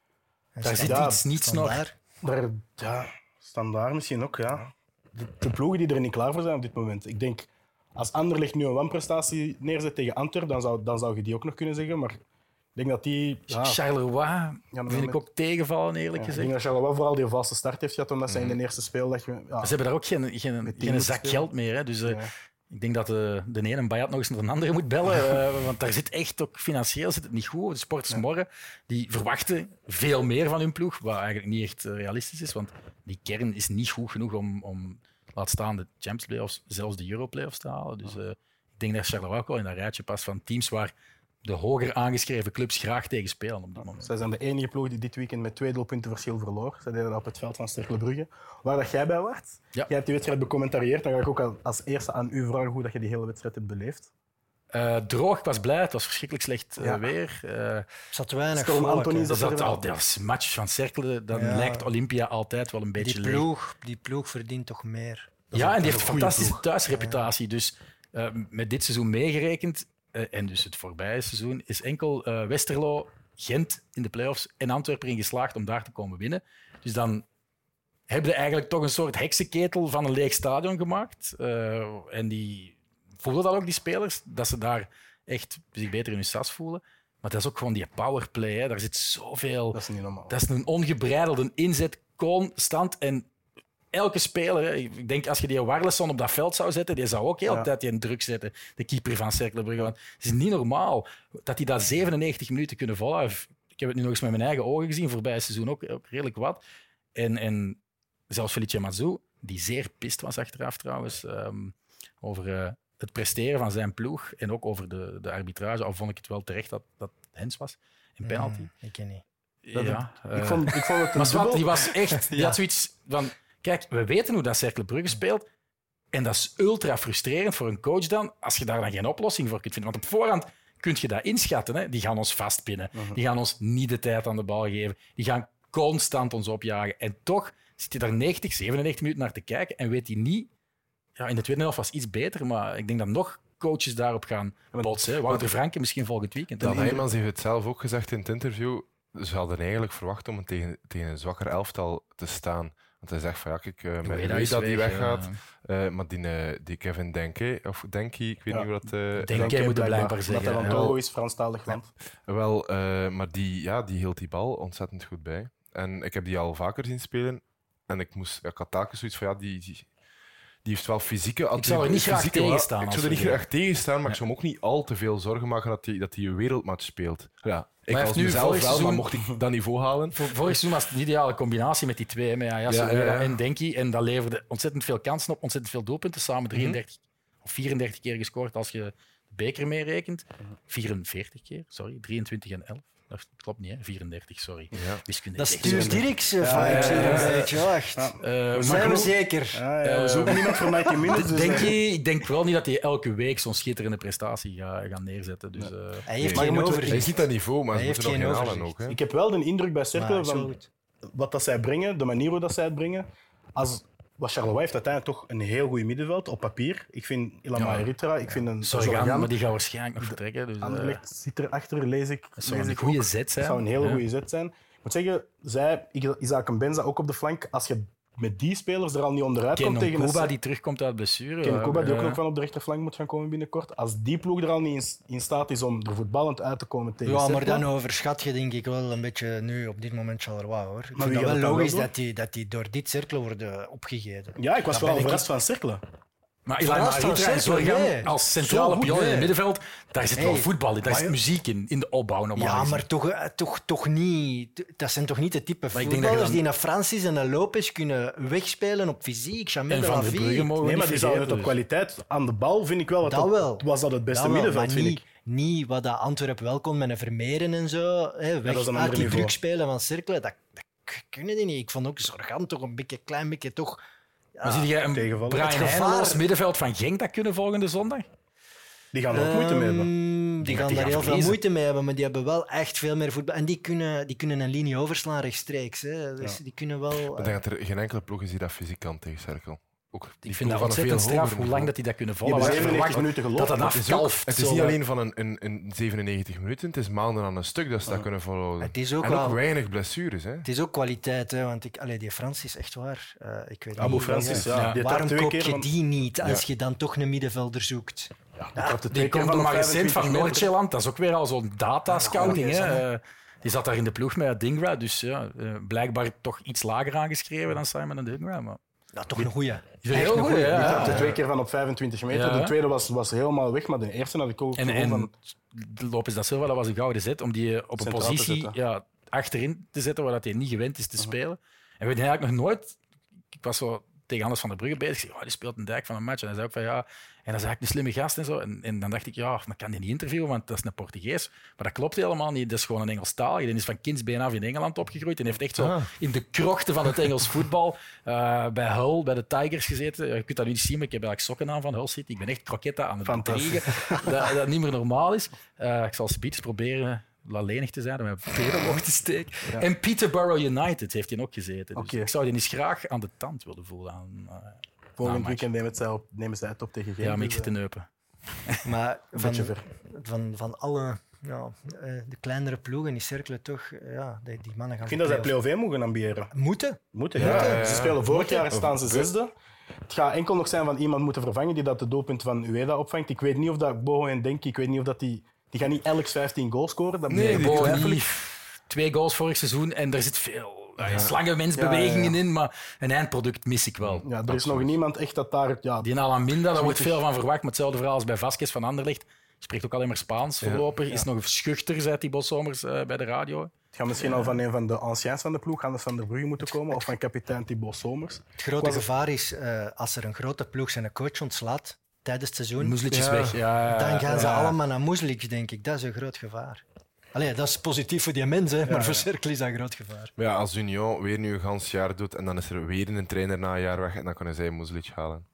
C: Daar zit
A: ja,
C: iets niets nog.
B: Standaard.
A: Daar, ja, standaard misschien ook, ja. De, de ploegen die er niet klaar voor zijn op dit moment. Ik denk, als Anderlecht nu een wanprestatie neerzet tegen Antwerp, dan zou, dan zou je die ook nog kunnen zeggen. Maar ik denk dat die... Ja,
C: Charleroi
A: Ja,
C: vind
A: maar
C: ik
A: met-
C: ook tegenvallen,
A: ja,
C: eerlijk
A: ik denk
C: gezegd.
A: dat Charleroi vooral die vaste start heeft gehad, omdat zij in de eerste speeldag... Ja,
C: Ze hebben daar ook geen, geen,
A: tien
C: geen
A: moeten
C: zak
A: spelen.
C: geld meer. Hè. Dus uh,
A: ja.
C: ik denk dat de, de ene Bayat nog eens naar een andere moet bellen. Uh, want daar zit echt ook financieel zit het niet goed. De sporters morgen die verwachten veel meer van hun ploeg, wat eigenlijk niet echt uh, realistisch is. Want die kern is niet goed genoeg om, om laat staan de Champions Playoffs, zelfs de Euro Playoffs te halen. Dus uh, ik denk dat Charleroi ook wel in dat rijtje past van teams waar de hoger aangeschreven clubs graag tegen spelen op dit moment.
A: Zij zijn de enige ploeg die dit weekend met twee doelpunten verschil verloor. Zij deden dat op het veld van Cercle Brugge, waar dat jij bij was.
C: Ja.
A: Jij hebt die wedstrijd becommentarieerd. Dan ga ik ook als eerste aan u vragen hoe dat je die hele wedstrijd hebt beleefd.
C: Uh, droog, ik was blij. Het was verschrikkelijk slecht uh,
A: ja.
C: weer. Uh,
B: zat weinig
A: Storm Anthony
C: zat zat al, als match van Cercle, dan ja. lijkt Olympia altijd wel een beetje
B: die ploeg, die ploeg verdient toch meer.
C: Dat ja, en die heeft een fantastische ploeg. thuisreputatie. Ja. Dus uh, met dit seizoen meegerekend, uh, en dus het voorbije seizoen, is enkel uh, Westerlo, Gent in de play-offs en Antwerpen in geslaagd om daar te komen winnen. Dus dan hebben ze eigenlijk toch een soort heksenketel van een leeg stadion gemaakt. Uh, en die voelen dat ook, die spelers, dat ze daar echt zich beter in hun sas voelen. Maar dat is ook gewoon die powerplay. Hè. Daar zit zoveel...
A: Dat is niet normaal.
C: Dat is een ongebreidelde inzet, constant. En elke speler, hè, ik denk als je die Warleson op dat veld zou zetten, die zou ook heel de ja. tijd die een druk zetten, de keeper van Cercle Brugge. Want het is niet normaal dat die dat zevenennegentig minuten kunnen volhouden. Ik heb het nu nog eens met mijn eigen ogen gezien, voorbij het seizoen ook, ook redelijk wat. En, en zelfs Felice Mazou, die zeer pist was achteraf trouwens, um, over uh, het presteren van zijn ploeg en ook over de, de arbitrage, al vond ik het wel terecht dat dat hens was, een penalty.
B: Mm, ik ken niet.
C: Ja,
A: uh, ik, vond, ik vond het een
C: maar Swat, die was echt, die ja. had zoiets van, kijk, we weten hoe dat Cercle Brugge speelt en dat is ultra frustrerend voor een coach dan, als je daar dan geen oplossing voor kunt vinden. Want op voorhand kun je dat inschatten. Hè? Die gaan ons vastpinnen. Uh-huh. Die gaan ons niet de tijd aan de bal geven. Die gaan constant ons opjagen. En toch zit je daar negentig, zevenennegentig minuten naar te kijken en weet hij niet... Ja, in de tweede helft was iets beter, maar ik denk dat nog coaches daarop gaan botsen. Wouter Franke misschien volgend weekend.
D: Dan Heijmans heeft het zelf ook gezegd in het interview. Ze hadden eigenlijk verwacht om tegen, tegen een zwakker elftal te staan. Want hij zegt van ja, kijk, uh, met wie dat die weggaat, ja. uh, maar die, uh, die Kevin Denke, of Denki, ik weet ja. niet hoe dat... Uh,
C: Denke moet je blijkbaar zeggen.
A: Dat hij van Togo is, Franstalig land.
D: Ja. Wel, uh, maar die, ja, die hield die bal ontzettend goed bij. En ik heb die al vaker zien spelen. En ik, moest, ik had telkens zoiets van ja, die... die Die heeft wel fysieke...
C: Ik zou er niet graag tegen staan.
D: Ik zou er niet graag tegen staan, maar ja. ik zou me ook niet al te veel zorgen maken dat hij dat een wereldmatch speelt. Ja, ik als mezelf wel, seizoen, maar mocht ik dat niveau halen...
C: Vorig seizoen was het een ideale combinatie met die twee, met Ayasse ja, ja, ja. en Denki. En dat leverde ontzettend veel kansen op, ontzettend veel doelpunten. Samen drieëndertig mm-hmm. of vierendertig keer gescoord als je de beker meerekent. vierenveertig keer, sorry. drieëntwintig en elf. Dat klopt niet, hè? vierendertig, sorry. Ja.
B: Dat is Stuurs Dirks uh, ja, ja, ja, ja. een beetje, wacht. Ja. Uh, we zijn we zeker.
A: Ja, ja, we zoeken niemand voor Nike Minutes. Dus
C: denk je, ik denk wel niet dat hij elke week zo'n schitterende prestatie gaat ga neerzetten. Dus, uh,
B: hij heeft
D: nee,
B: geen
D: moet,
B: overzicht.
D: Hij ziet dat niveau, maar hij heeft geen overzicht. Ook, hè?
A: Ik heb wel de indruk bij Cercle van wat dat zij brengen, de manier hoe dat zij het brengen. Als... Was Charleroi heeft uiteindelijk toch een heel goed middenveld op papier. Ik vind Ilama ja. Ritra, ik vind een
C: Sorry, gaan, maar die gaat waarschijnlijk nog vertrekken. Dus,
A: Anderlecht uh, zit erachter, lees ik.
C: Dat zou een goede zet zijn.
A: Dat zou een hele
C: ja.
A: goede zet zijn. Ik moet zeggen, zij, Isaac Mbenza ook op de flank. Als je met die spelers er al niet onderuit
C: Ken
A: komt tegen
C: een Kuba
A: een...
C: die terugkomt uit blessure.
A: Ken Kuba die ook nog van op de rechterflank moet gaan komen binnenkort. Als die ploeg er al niet in, in staat is om er voetballend uit te komen tegen
B: Ja,
A: Cercle,
B: maar dan overschat je denk ik wel een beetje nu op dit moment Charleroi, hoor. Ik
A: maar
B: vind
A: wie
B: dat wel logisch
A: wel
B: dat die, dat die door dit Cercle worden opgegeten.
A: Ja, ik was
B: dat
A: wel verrast van Cercle.
C: Maar Ilama Ritra en Zorgan als centrale pion in het middenveld, daar zit hey, wel voetbal in, daar zit muziek in, in de opbouw.
B: Ja, maar toch, toch, toch niet... Dat zijn toch niet de type maar voetballers dan... die naar Francis en naar Lopez kunnen wegspelen op fysiek, Jamel
C: en van de Brugge mogen
A: nee, maar die zouden het op kwaliteit aan de bal, vind ik wel.
B: Dat wel.
A: Was dat het beste
B: dat
A: middenveld,
B: wel,
A: vind
B: niet,
A: ik.
B: Niet wat dat Antwerpen wel kon met een Vermeeren en zo. Hè, weg
A: ja,
B: uit die druk spelen van Cercle, dat, dat kunnen die niet. Ik vond ook Zorgan toch een beetje, klein beetje toch...
C: Ja, maar zie jij een Brian Heijnenloos middenveld van Genk dat kunnen volgende zondag?
A: Die gaan er ook um, moeite mee hebben.
B: Die, die gaan daar heel verliezen. veel moeite mee hebben, maar die hebben wel echt veel meer voetbal. En die kunnen, die kunnen een linie overslaan rechtstreeks. Hè. Dus ja. die kunnen wel...
D: Ik denk dat er geen enkele ploeg is die dat fysiek kan tegen Cercle. Ook
C: ik vind dat ontzettend straf hoe lang dat die dat kunnen volgen.
A: Je hebt zevenennegentig minuten gelopen.
C: Dat het afkalft.
D: Het is niet alleen van een, een, een zevenennegentig minuten, het is maanden aan een stuk dat ze dat oh. kunnen volhouden.
B: Het is ook
D: en
B: wel,
D: ook weinig blessures. Hè.
B: Het is ook kwaliteit, hè, want ik, allee, die Frans is echt waar. Uh, ik weet
A: Abu
B: niet,
A: Francis, ja.
B: Ja. Waarom koop je die niet als ja. je dan toch een middenvelder zoekt?
C: Ja, ja, die, die komt nog maar recent van Noord-Zeeland. Dat is ook weer al zo'n datascouting. Ja, hè. Uh, die zat daar in de ploeg met Dingra, dus ja, uh, blijkbaar toch iets lager aangeschreven dan Simon en Dingra. Maar...
B: Ja, toch een goeie.
C: Heel goed, ja.
A: Die trapte twee keer van op vijfentwintig meter. Ja. De tweede was, was helemaal weg, maar de eerste had ik ook
C: en, en
A: van...
C: Lopez da Silva, dat was een gouden zet om die op een positie ja, achterin te zetten waar hij niet gewend is te uh-huh. spelen. En we hebben eigenlijk nog nooit... Ik was zo tegen Anders van der Brugge bezig. Ik zei, oh, die speelt een dijk van een match. En hij zei ook van ja. En dat is eigenlijk een slimme gast en zo. En, en dan dacht ik, ja, maar kan die niet interviewen, want dat is een Portugees. Maar dat klopt helemaal niet. Dat is gewoon een Engelstalige. Die is van kindsbeen af in Engeland opgegroeid en heeft echt zo
E: Ah.
C: in de krochten van het Engels voetbal uh, bij Hull, bij de Tigers gezeten. Je kunt dat nu niet zien, maar ik heb eigenlijk sokken aan van Hull City. Ik ben echt kroketta aan het bedriegen. Dat, dat niet meer normaal is. Uh, ik zal zoiets proberen lenig te zijn, dat we veren mochten steken. Ja. En Peterborough United heeft hij ook gezeten. Dus okay. Ik zou die eens graag aan de tand willen voelen. Aan, uh,
A: Volgend weekend nemen zij, op, nemen zij het op tegen Genk.
C: Ja, maar ik zit te neupen.
B: Maar van, van, van alle ja, de kleinere ploegen, die cirkelen toch... Ja, die, die mannen gaan
A: ik vind dat zij play-off één mogen ambiëren.
B: Moeten.
A: Moeten, ja. ja, ja, ja. Ze spelen vorig jaar en staan ze zesde. Het gaat enkel nog zijn van iemand moeten vervangen die dat de doelpunt van Ueda opvangt. Ik weet niet of dat Boho en Denk, ik weet niet of dat die... Die gaan niet elk vijftien goals scoren. Dat
C: nee, Boho niet. Twee goals vorig seizoen en er zit veel ja. slangenmensbewegingen ja, ja, ja. in, maar een eindproduct mis ik wel.
A: Ja, er is Absoluut. nog niemand echt dat daar... Ja,
C: die Alaminda, daar wordt veel van verwacht, maar hetzelfde verhaal als bij Vasquez van Anderlecht. Spreekt ook alleen maar Spaans voorlopig. Ja. Is ja. nog schuchter, zei Thibaut Somers uh, bij de radio.
A: Het gaat misschien ja. al van een van de anciens van de ploeg, Anders van der Brugge, moeten komen, of van kapitein Thibaut Somers.
B: Het grote Was gevaar is, uh, als er een grote ploeg zijn coach ontslaat tijdens het seizoen,
C: Muslic is ja. weg. Ja,
B: dan gaan ze ja. allemaal naar Muslic, denk ik. Dat is een groot gevaar. Allee, dat is positief voor die mensen, ja, maar voor Cercle is dat een groot gevaar.
D: Maar ja, als Union weer nu een gans jaar doet en dan is er weer een trainer na een jaar weg en dan kunnen zij Muslic halen.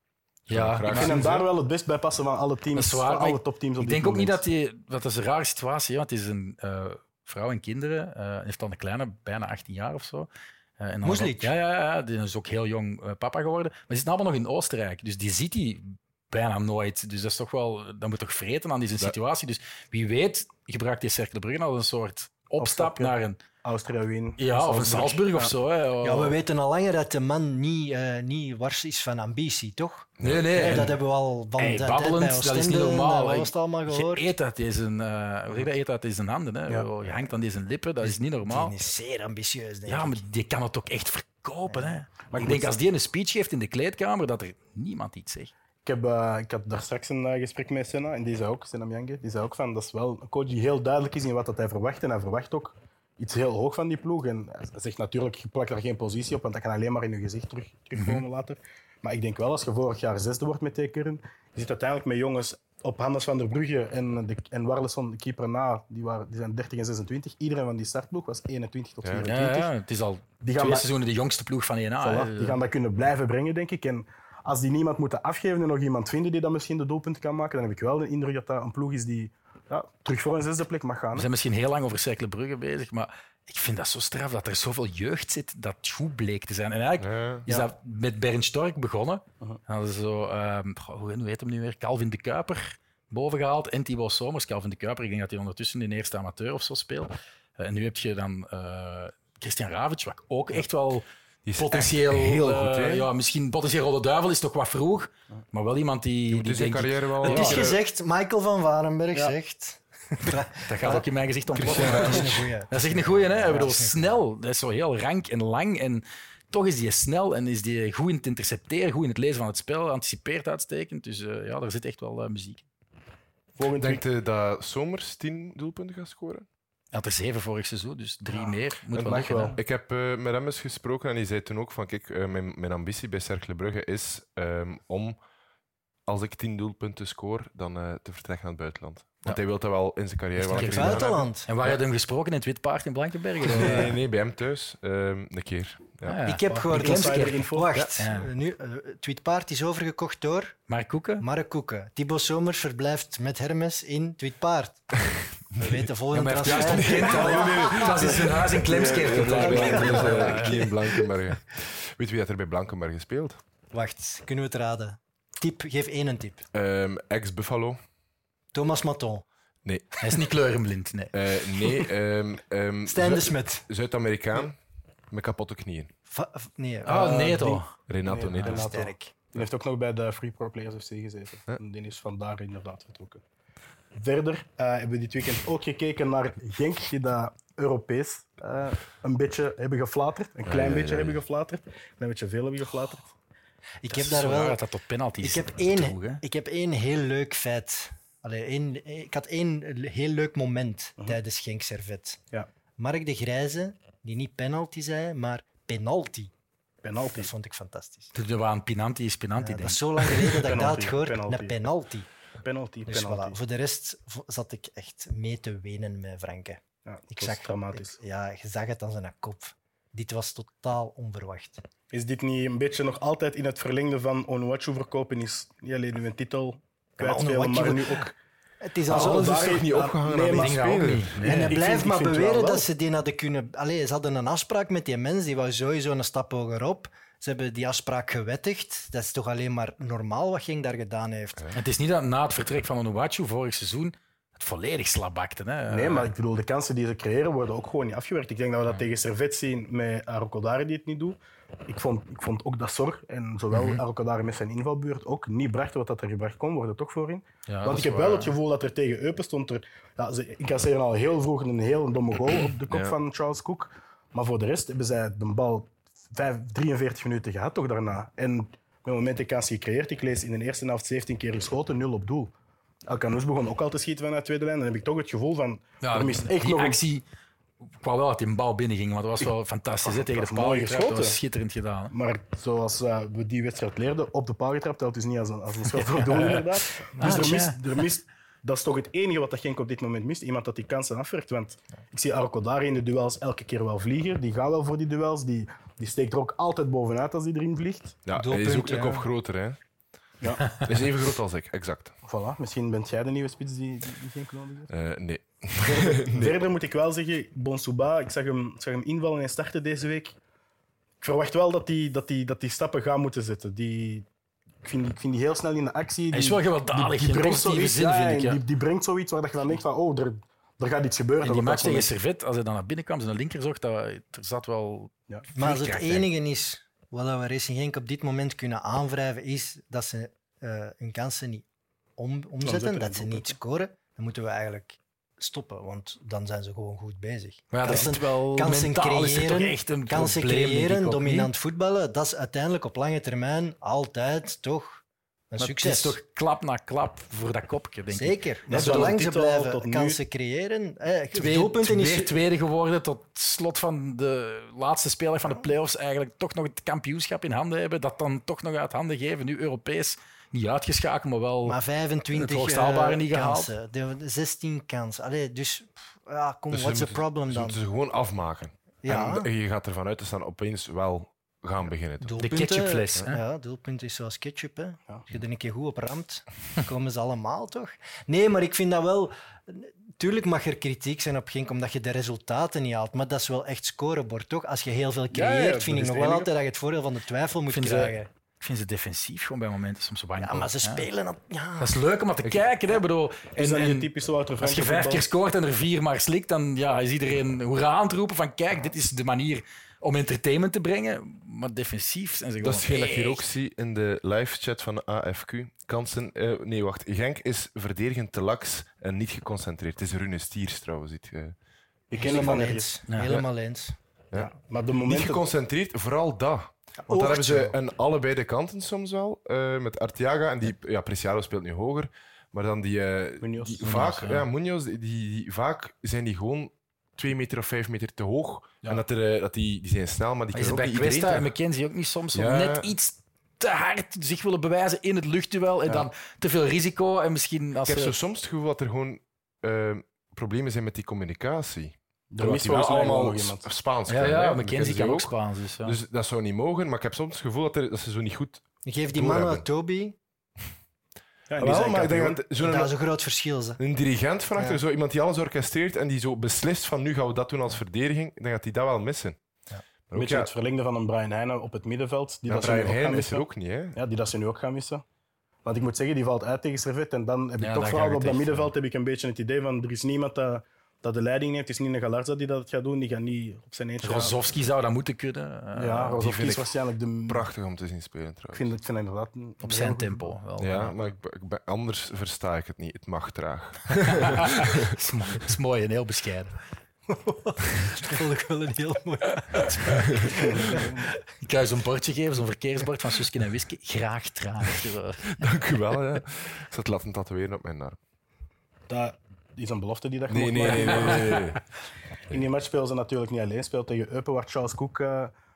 A: Ja, ik vind hem daar wel het best bij passen van alle teams, waar, van alle topteams op
C: ik
A: dit
C: denk
A: moment.
C: ook niet dat hij... Dat is een rare situatie, want het is een uh, vrouw en kinderen. Uh, heeft dan een kleine, bijna achttien jaar of zo. Uh, en
B: Muslic?
C: Ja, ja, ja, die is ook heel jong uh, papa geworden. Maar die zit allemaal nog in Oostenrijk, dus die ziet hij bijna nooit. Dus dat is toch wel... Dat moet toch vreten aan deze situatie. Dus wie weet gebruikt die Cercle Brugge als een soort opstap Opstap, ja. naar een...
A: Austria-Wien.
C: Ja, of een Salzburg
A: ja.
C: of zo. Hè.
B: Ja, we weten al langer dat de man niet, uh, niet wars is van ambitie, toch?
C: Nee, nee.
B: Ja, dat hebben we al van
C: hey,
B: de
C: babbelend,
B: tijd bij Oostende,
C: dat is niet normaal.
B: Dat we allemaal gehoord.
C: Je eet uit deze, uh, hoe zeg je, eet uit deze handen. Hè. Ja. Je hangt aan deze lippen, dat is niet normaal.
B: Die is zeer ambitieus, denk
C: ja,
B: ik.
C: maar die kan het ook echt verkopen.
B: Ja.
C: Hè. Maar ik denk, als die een speech geeft in de kleedkamer, dat er niemand iets zegt.
A: Ik, heb, uh, ik had daar straks een uh, gesprek met Senna, en die zei ook, Senna Mjange, die zei ook van, dat is wel een coach die heel duidelijk is in wat dat hij verwacht. En hij verwacht ook iets heel hoog van die ploeg. En hij zegt natuurlijk, je plakt daar geen positie op, want dat kan alleen maar in je gezicht terug, terugkomen mm-hmm. later. Maar ik denk wel, als je vorig jaar zesde wordt met die kern, je zit uiteindelijk met jongens op Anders van der Brugge en, de, en Warleson, de keeper na, die, waren, die zijn dertig en zesentwintig. Iedereen van die startploeg was eenentwintig tot vierentwintig.
C: Ja, ja, het is al die twee dat, seizoenen de jongste ploeg van één A.
A: Voilà, die gaan dat kunnen blijven brengen, denk ik. En als die niemand moeten afgeven en nog iemand vinden die dat misschien de doelpunt kan maken, dan heb ik wel de indruk dat dat een ploeg is die ja, terug voor een zesde plek mag gaan.
C: We zijn misschien heel lang over Cercle Brugge bezig, maar ik vind dat zo straf dat er zoveel jeugd zit dat goed bleek te zijn. En eigenlijk ja. is dat met Bernd Stork begonnen. Uh-huh. En hadden ze zo, um, hoe heet hem nu weer? Calvin de Kuiper bovengehaald en Thibaut Somers. Calvin de Kuiper, ik denk dat hij ondertussen in de eerste amateur of zo speelt. Uh, en nu heb je dan uh, Christian Ravic, wat ook echt wel... Potentieel heel uh, goed. Hè? Ja, misschien potentieel Rode Duivel is toch wat vroeg, maar wel iemand die. die, die
D: zijn carrière wel.
B: Het is
D: ja.
B: gezegd, Michael van Varenberg ja. zegt.
C: Dat gaat ook in mijn gezicht ontploffen. Ja, dat is een goeie. Dat is echt een goeie, hè? Ik bedoel, snel. Dat is zo heel rank en lang. En toch is die snel en is die goed in het intercepteren, goed in het lezen van het spel, anticipeert uitstekend. Dus uh, ja, daar zit echt wel uh, muziek.
D: Denkt u dat Somers tien doelpunten gaat scoren?
C: Hij had er zeven vorig seizoen, dus drie ja, meer. Moet wel
A: lukken, wel.
D: Ik heb uh, met hem eens gesproken en die zei toen ook van kijk, uh, mijn, mijn ambitie bij Cercle Brugge is um, om, als ik tien doelpunten scoor, dan uh, te vertrekken naar het buitenland. Want ja. hij wil dat wel in zijn carrière wel
B: in het buitenland.
C: En waar ja. had hij hem gesproken? In het Wit Paard in Blankenberge?
D: Nee, nee, nee, bij hem thuis. Um, een keer. Ja.
B: Ah, ja. Ik heb gehoord... Wacht. Ja. Nu, uh, het Wit Paard is overgekocht door...
C: Mark Koeken.
B: Mark Koeken. Thibaut Somers verblijft met Hermes in het Wit Paard. We weten volgende ja, transfer.
C: Dat is zijn huis in Klemskerk.
D: Geen Blankenberge. Weet wie dat er bij Blankenberge speelt?
B: Wacht, kunnen we het raden? Tip, geef één een tip.
D: Um, Ex-Buffalo.
B: Thomas Maton.
D: Nee.
C: Hij is niet kleurenblind. Nee.
D: Uh, nee um, um,
B: Stijn de Smet.
D: Zuid-Amerikaan met kapotte knieën.
B: Va- nee.
C: Oh, uh, Neto.
D: Renato
A: nee,
D: Neto.
A: Sterk. Die heeft ook nog bij de Free Pro Players F C gezeten. Huh? En die is vandaar inderdaad vertrokken. Verder uh, hebben we dit weekend ook gekeken naar Genk, die dat Europees uh, een beetje hebben geflaterd. Een klein ja, ja, ja, beetje ja. hebben geflaterd. Een beetje veel hebben geflaterd.
B: Ik
C: dat
B: heb daar wel...
C: Dat dat op penalties
B: ik heb één, droeg, ik heb één heel leuk feit. Allee, één, ik had één heel leuk moment uh-huh. tijdens Genk Servet.
A: Ja.
B: Mark de Grijze, die niet penalty zei, maar penalty.
A: penalty.
B: Dat vond ik fantastisch.
C: Toen we aan Pinanti is Pinanti,
B: Ja, dat
C: denk
B: is
C: ik.
B: zo lang geleden dat ik dat
A: Penalty,
B: had gehoord.
A: penalty.
B: Een penalty.
A: Penalty,
B: Dus
A: penalty.
B: voilà. Voor de rest v- zat ik echt mee te wenen met Franke.
A: Ja,
B: Ik
A: ik zag
B: zag,
A: dramatisch.
B: ik- ja, je zag het aan zijn kop. Dit was totaal onverwacht.
A: Is dit niet een beetje nog altijd in het verlengde van Onuachu verkopen? Is niet alleen nu een titel kwijtspelen,
B: Onuachu-
A: maar nu ook...
B: Het is al
A: Ah,
B: zo.
D: Alles is
A: daar-
D: toch niet
A: ah,
D: opgehangen
A: nee,
D: aan
A: maar-
D: die
C: Ik denk dat ook
D: speler?
C: niet. Nee.
B: En hij
A: ik
B: blijft
A: vind- ik
B: maar
A: vind wel
B: beweren
A: wel.
B: dat ze die hadden kunnen... Allee, ze hadden een afspraak met die mens, die wou sowieso een stap hogerop. Ze hebben die afspraak gewettigd. Dat is toch alleen maar normaal wat Genk daar gedaan heeft.
C: En het is niet dat na het vertrek van Onuachu vorig seizoen het volledig slabakte. Hè.
A: Nee, maar ik bedoel, de kansen die ze creëren worden ook gewoon niet afgewerkt. Ik denk dat we dat tegen Servet zien met Arokodare die het niet doet. Ik vond, ik vond ook dat Sor en zowel
C: Mhm.
A: Arokodare met zijn invalbeurt ook niet brachten wat dat er gebracht kon worden, toch voorin.
C: Ja, dat
A: Want
C: is
A: ik heb
C: waar,
A: wel het
C: hè.
A: gevoel dat er tegen Eupen stond er... Ja, ze incasseren al heel vroeg een heel domme goal op de kop
D: Ja.
A: van Charles Cook. Maar voor de rest hebben zij de bal vijf, drieënveertig minuten gehad toch daarna. En met het moment de kans gecreëerd, ik lees in de eerste helft zeventien keer geschoten, nul op doel. Elkanous begon ook al te schieten vanuit de tweede lijn. Dan heb ik toch het gevoel van,
C: Ja,
A: er mist echt
C: die
A: nog een...
C: actie, ik wou wel dat die bal binnenging, maar dat was wel fantastisch. Hè, tegen
A: dat
C: de
A: was
C: paal
A: mooi
C: getrapt. Dat
A: geschoten.
C: was schitterend gedaan. Hè.
A: Maar zoals uh, we die wedstrijd leerden, op de paal getrapt, telt dus niet als een, als een schot voor doel inderdaad. Dus
C: Ah,
A: er
C: tja.
A: mist, er mist, dat is toch het enige wat dat Genk op dit moment mist. Iemand dat die kansen afwerkt. Want ik zie Arokodare in de duels elke keer wel vliegen. Die gaat wel voor die duels. Die, die steekt er ook altijd bovenuit als hij erin vliegt.
D: Ja, hij
B: Doelpunt,
D: is ook een
B: ja.
D: kop groter. Hè.
A: Ja.
D: Hij is even groot als ik, exact.
A: Voilà. Misschien bent jij de nieuwe spits die, die, die Genk nodig heeft.
D: Eh, nee.
A: Verder moet ik wel zeggen, Bonsouba, ik zag hem, ik zag hem invallen en starten deze week. Ik verwacht wel dat hij dat die, dat die stappen gaan moeten zetten. Die, ik, vind, ik vind die heel snel in de actie.
C: Hij is
A: Die-
C: wel gewelddadig in
A: brengt
C: positieve
A: zoiets,
C: zin,
A: ja,
C: vind ik.
A: en
C: Ja.
A: Die, die brengt zoiets waar je dan denkt van, oh, er, er gaat iets gebeuren.
C: En die
A: op dat
C: match tegen
A: moment.
C: Servet, als hij dan naar binnen kwam, zijn linker zocht, dat, er zat wel...
A: Ja.
B: Maar als het
C: Vliegkracht, hè.
B: enige is wat we Racing Genk op dit moment kunnen aanwrijven, is dat ze eh, hun kansen niet om, omzetten,
A: Omzetten in
B: dat ze niet
A: doelpunten.
B: scoren, dan moeten we eigenlijk stoppen, want dan zijn ze gewoon goed bezig.
C: Maar ja, dat is
B: Kansen-
C: wel
B: kansen
C: mentaal is er toch
B: creëren,
C: echt een
B: Kansen
C: probleem, denk ik
B: creëren,
C: ook
B: dominant voetballen, dat is uiteindelijk op lange termijn altijd toch een
C: Maar
B: succes.
C: het is toch klap na klap voor dat kopje, denk ik.
B: Zeker.
A: Dat
B: Maar
A: is wel
B: zolang
A: een
B: ze
A: titel
B: blijven
A: tot nu.
B: kansen creëren, eh,
C: Twee,
B: doelpunten is...
C: weer tweede geworden tot slot van de laatste speler van de play-offs eigenlijk toch nog het kampioenschap in handen hebben, dat dan toch nog uit handen geven. Nu Europees niet uitgeschakeld, maar wel...
B: Maar vijfentwintig
C: het hoogst haalbare
B: eh,
C: niet gehaald.
B: kansen, de, de zestien kansen. Allee, dus pff, ja, kom,
D: Dus
B: what's
D: ze
B: the
D: moeten-
B: problem
D: Ze
B: dan?
D: moeten ze gewoon afmaken.
B: Ja.
D: En je gaat ervan uit dat ze dan opeens wel gaan beginnen. toch?
B: Doelpunten,
C: ketchupfles, hè?
B: Ja, doelpunt is zoals ketchup. Hè.
A: Ja.
B: Als je er een keer goed op ramt, komen ze allemaal toch? Nee, maar ik vind dat wel... Tuurlijk mag er kritiek zijn op Genk, omdat je de resultaten niet haalt. Maar dat is wel echt scorebord, toch? Als je heel veel
A: Ja,
B: creëert,
A: ja, dat
B: vind ik
A: is
B: nog
A: het
B: wel
A: enige.
B: altijd dat je het voordeel van de twijfel moet
C: vind ze-
B: krijgen.
C: Ik vind ze defensief gewoon bij momenten soms wankel.
B: Ja, maar ze
C: hè.
B: spelen... Op, ja.
C: Dat is leuk om naar te kijken. Hè, bedoel.
A: Is
C: En,
A: dat je
C: en
A: typische Wouter
C: als je
A: Franke
C: vijf keer
A: voetbal?
C: scoort en er vier maar slikt, dan ja, is iedereen hoera aan het roepen van kijk, dit is de manier om entertainment te brengen. Maar defensief zijn ze gewoon...
D: Dat is hetgeen dat je hier ook
C: echt-
D: ziet in de live chat van de A F Q. Kansen, eh, nee, wacht. Genk is verdedigend te laks en niet geconcentreerd. Het is Rune Stiers trouwens. Ziet je.
A: Ik ken hem
B: Helemaal
A: van
B: eens.
C: Ja.
B: Helemaal eens.
A: Ja. Maar de
D: Niet
A: momenten...
D: geconcentreerd, vooral dat. Want daar hebben ze aan allebei de kanten soms wel. eh, met Arteaga en die, ja, Preciado speelt nu hoger. Maar dan die, eh,
A: Munoz.
D: die
C: Munoz,
D: vaak,
C: ja.
D: ja, Munoz, die, die, vaak zijn die gewoon twee meter of vijf meter te hoog.
C: Ja.
D: En dat, er, eh, dat die, die zijn snel, maar die
C: Maar is
D: kunnen
C: het
D: ook
C: bij
D: niet
C: Questa en
D: iedereen
C: McKenzie ook niet soms zo
D: Ja.
C: net iets te hard zich willen bewijzen in het luchtduel en
A: Ja.
C: dan te veel risico en misschien als
D: Ik heb
C: ze...
D: zo soms het gevoel dat er gewoon eh, problemen zijn met die communicatie.
A: Er
D: Terwijl
A: mist
D: die wel
A: volgens mij
D: allemaal
A: nog iemand.
D: S- Spaans
C: Ja,
D: kunnen,
C: ja,
D: hè.
C: McKenzie kan ook
D: ook.
C: Spaans. Dus, ja.
D: Dus dat zou niet mogen, maar ik heb soms het gevoel dat, er, dat ze zo niet goed...
B: Geef die
D: doorhebben.
B: man aan Toby,
A: Ja, en die
D: Wel,
A: zijn
D: maar ik denk
A: kampioen.
D: dat zo'n
B: dat is een groot verschil. Ze.
D: een dirigent van achter,
B: Ja.
D: zo iemand die alles orchestreert en die zo beslist van nu gaan we dat doen als verdediging, ik denk dat die dat wel missen.
B: Ja.
D: Maar
A: Een
D: ook,
A: beetje
D: ja,
A: het verlengde van een Brian Heijnen op het middenveld. Die
D: ja,
A: dat ze nu
D: Brian
A: ook gaan
D: Heijn is er
A: missen.
D: ook niet. Hè.
A: Ja, die dat ze nu ook gaan missen. Want ik moet zeggen, die valt uit tegen Servet. En dan heb ik
C: Ja,
A: toch
C: daar
A: vooral
C: gaat
A: op
C: het
A: dat
C: echt,
A: middenveld heb ik een beetje het idee van er is niemand dat, dat de leiding neemt. Het is niet een Galarza die dat gaat doen. Die gaat niet op zijn eentje.
C: Rozovski zou dat moeten kunnen. eh,
A: Ja,
D: die
A: Rozovski
D: vind
A: is
D: ik
A: waarschijnlijk de...
D: Prachtig om te zien spelen
A: Ik
D: trouwens.
A: vind, het- ik vind het inderdaad... een-
C: op
A: een
C: zijn
A: heel goed
C: tempo. Wel.
D: Ja, maar ik, ben- ik ben- anders versta ik het niet. Het mag traag.
C: Dat is mooi, dat is mooi en heel bescheiden.
B: Dat vond ik wel een heel mooi.
C: Ik ga je zo'n bordje geven, zo'n verkeersbord van Suskin en Whisky. Graag traag. Zo.
D: Dank u wel. Ja. Ik zat laten tatoeëren op mijn arm.
A: Dat is een belofte die dat je
D: Nee,
A: mag
D: nee, nee.
A: maken.
D: nee, nee, nee.
A: In die match spelen ze natuurlijk niet alleen. Speelt tegen Eupen, waar Charles Cook eh,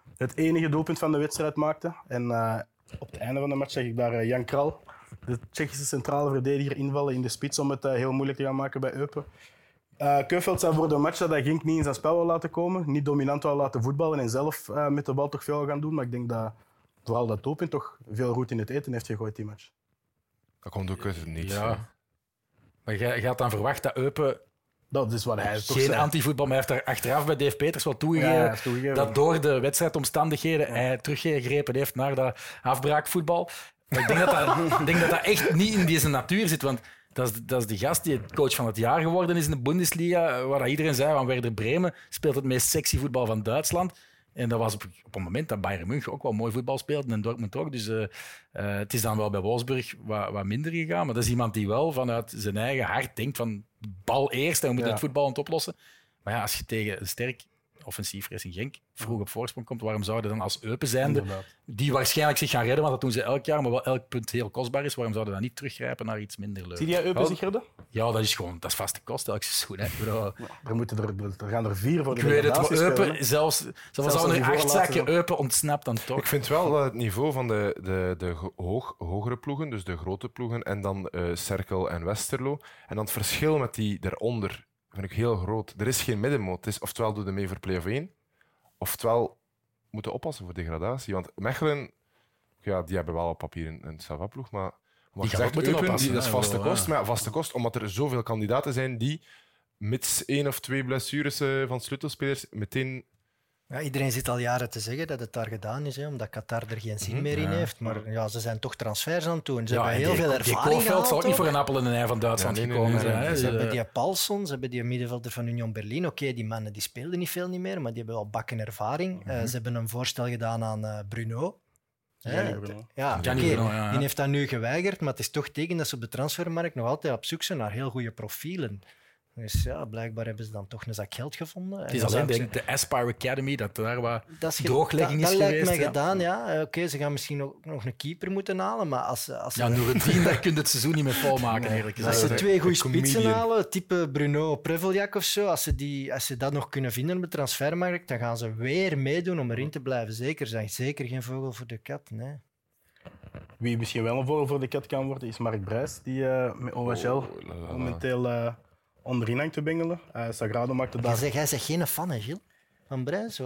A: het enige doelpunt van de wedstrijd maakte. En uh, op het einde van de match zag ik daar uh, Jan Kral, de Tsjechische centrale verdediger, invallen in de spits om het uh, heel moeilijk te gaan maken bij Eupen. Uh, Keuveld zei voor de match dat hij Genk niet in zijn spel wil laten komen, niet dominant wil laten voetballen en zelf uh, met de bal toch veel gaan doen. Maar ik denk dat vooral dat doelpunt toch veel roet in het eten heeft gegooid, die match.
D: Dat komt ook uit het niks.
C: Ja. Maar je gaat dan verwachten dat Eupen
A: dat is wat hij toch
C: geen
A: zei.
C: anti-voetbal, maar hij heeft daar achteraf bij Dave Peters wel toegegeven,
A: Ja, toegegeven.
C: dat door de wedstrijdomstandigheden ja. hij teruggegrepen heeft naar dat afbraakvoetbal. Maar ik denk dat dat, ik denk dat dat echt niet in deze natuur zit, want dat is, dat is de gast die coach van het jaar geworden is in de Bundesliga, waar iedereen zei van Werder Bremen speelt het meest sexy voetbal van Duitsland. En dat was op, op een moment dat Bayern München ook wel mooi voetbal speelde en Dortmund ook. Dus uh, uh, het is dan wel bij Wolfsburg wat, wat minder gegaan. Maar dat is iemand die wel vanuit zijn eigen hart denkt van bal eerst en we moeten ja. het voetbal aan het oplossen. Maar ja, als je tegen een sterk offensief Racing Genk vroeg op voorsprong komt, waarom zouden dan als Eupen zijnde, die waarschijnlijk zich gaan redden, want dat doen ze elk jaar, maar wel elk punt heel kostbaar is, waarom zouden dan niet teruggrijpen naar iets minder leuk?
A: Zie je Eupen zich redden?
C: Ja, dat is gewoon dat is vaste kost elk seizoen. Hè. Bro.
A: Ja, er, moeten er, er gaan er vier voor de
C: Ik weet het, maar Eupen, zelfs, zelfs, zelfs als er
A: die
C: acht zakken
A: zo.
C: Eupen ontsnapt dan toch.
D: Ik vind wel dat het niveau van de, de, de hoog, hogere ploegen, dus de grote ploegen, en dan uh, Cerkel en Westerlo, en dan het verschil met die daaronder, vind ik heel groot. Er is geen middenmoot. Het is oftewel doe je mee voor play-off één, oftewel moeten oppassen voor degradatie. Want Mechelen, ja, die hebben wel op papier een, een Sava-ploeg, maar
C: die gaan ook moeten oppassen.
D: Die, dat is vaste
C: ja,
D: kost,
C: ja.
D: maar vaste kost, omdat er zoveel kandidaten zijn die, mits één of twee blessures uh, van sleutelspelers, meteen...
B: Ja, iedereen zit al jaren te zeggen dat het daar gedaan is, hè, omdat Qatar er geen zin meer in
C: ja.
B: heeft. Maar ja, ze zijn toch transfers aan het doen. Ze
C: ja,
B: hebben heel
C: die,
B: veel
C: die
B: ervaring
C: Koolveld
B: gehaald,
C: zal ook niet
B: toch?
C: voor een appel en een ei van Duitsland
D: ja, nee,
C: gekomen
D: nee, nee,
C: zijn.
D: nee,
B: Ze
C: Hè.
B: hebben die Paulson, ze hebben die middenvelder van Union Berlin. Oké, okay, die mannen die speelden niet veel niet meer, maar die hebben wel bakken ervaring. Mm-hmm. Uh, ze hebben een voorstel gedaan aan uh, Bruno.
A: Gianni Bruno.
B: Ja, oké,
C: Gianni Bruno, ja, ja.
B: Die heeft dat nu geweigerd, maar het is toch teken dat ze op de transfermarkt nog altijd op zoek zijn naar heel goede profielen. Dus ja, blijkbaar hebben ze dan toch een zak geld gevonden.
C: Het is alleen denk, de Aspire Academy dat daar wat
B: dat is
C: drooglegging
B: dat,
C: is
B: dat
C: geweest.
B: Dat lijkt mij
C: ja.
B: gedaan, ja. Oké, okay, ze gaan misschien ook nog een keeper moeten halen, maar als, als
C: ja,
B: ze...
C: Noureddin, daar kun je het seizoen niet meer volmaken, nee. eerlijk gezegd.
B: Als ze twee goede
D: comedian.
B: spitsen halen, type Bruno Preveljak of zo, als ze, die, als ze dat nog kunnen vinden op de transfermarkt, dan gaan ze weer meedoen om erin te blijven. Zeker, zijn zeker geen vogel voor de kat, nee.
A: Wie misschien wel een vogel voor de kat kan worden, is Mark Brijs, die uh, met O H L oh, momenteel uh, onderin hangt te bengelen. Uh, Sagrado maakte daar...
B: Jij zegt geen fan, hè, Gilles? Van Brijs?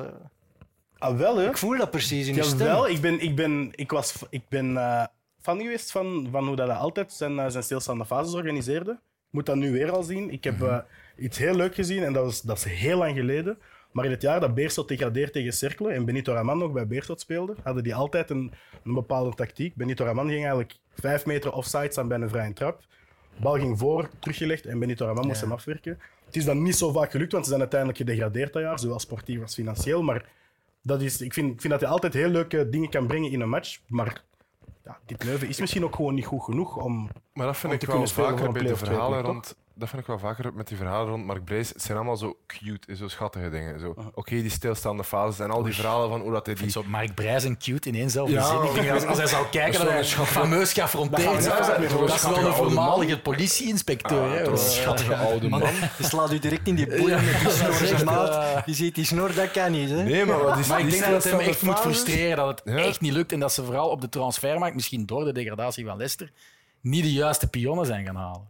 A: Ah, wel, hè?
B: Ik voel dat precies in je
A: ja,
B: stem.
A: Wel, ik ben, ik ben, ik was, ik ben uh, fan geweest van, van hoe dat hij altijd zijn, uh, zijn stilstaande fases organiseerde. Ik moet dat nu weer al zien. Ik heb uh, iets heel leuk gezien en dat, was, dat is heel lang geleden. Maar in het jaar dat Beerschot degradeert tegen Cercle en Benito Raman nog bij Beerschot speelde, hadden die altijd een, een bepaalde tactiek. Benito Raman ging eigenlijk vijf meter offside staan bij een vrije trap. De bal ging voor, teruggelegd en Benito Raman moest ja. hem afwerken. Het is dan niet zo vaak gelukt, want ze zijn uiteindelijk gedegradeerd dat jaar, zowel sportief als financieel. Maar dat is, ik, vind, ik vind dat hij altijd heel leuke dingen kan brengen in een match. Maar ja, dit Leuven is misschien ook gewoon niet goed genoeg om.
D: Maar dat vind
A: om
D: ik
A: te
D: wel
A: spelen
D: vaker bij de verhalen
A: twee,
D: rond. Dat vind ik wel vaker met die verhalen rond Mark Brijs. Het zijn allemaal zo cute, zo schattige dingen. Zo. Oké, okay, die stilstaande fases en al die verhalen van hoe dat hij die...
C: Zo Mark Brijs en cute in één zelfde
D: ja,
C: zin. Ik denk als, als hij zou kijken dat hij fameus geaffronteerd is. Dat is wel een voormalige politieinspecteur.
D: Ah, een schattige oude man.
B: Je slaat u direct in die boeien met die snor, maat. Je ziet die snor, dat kan niet. Hè?
D: Nee, maar wat is
C: maar ik denk dat het hem echt moet
B: fases?
C: frustreren dat het
D: ja.
C: echt niet lukt en dat ze vooral op de transfermarkt, misschien door de degradatie van Leicester, niet de juiste pionnen zijn gaan halen.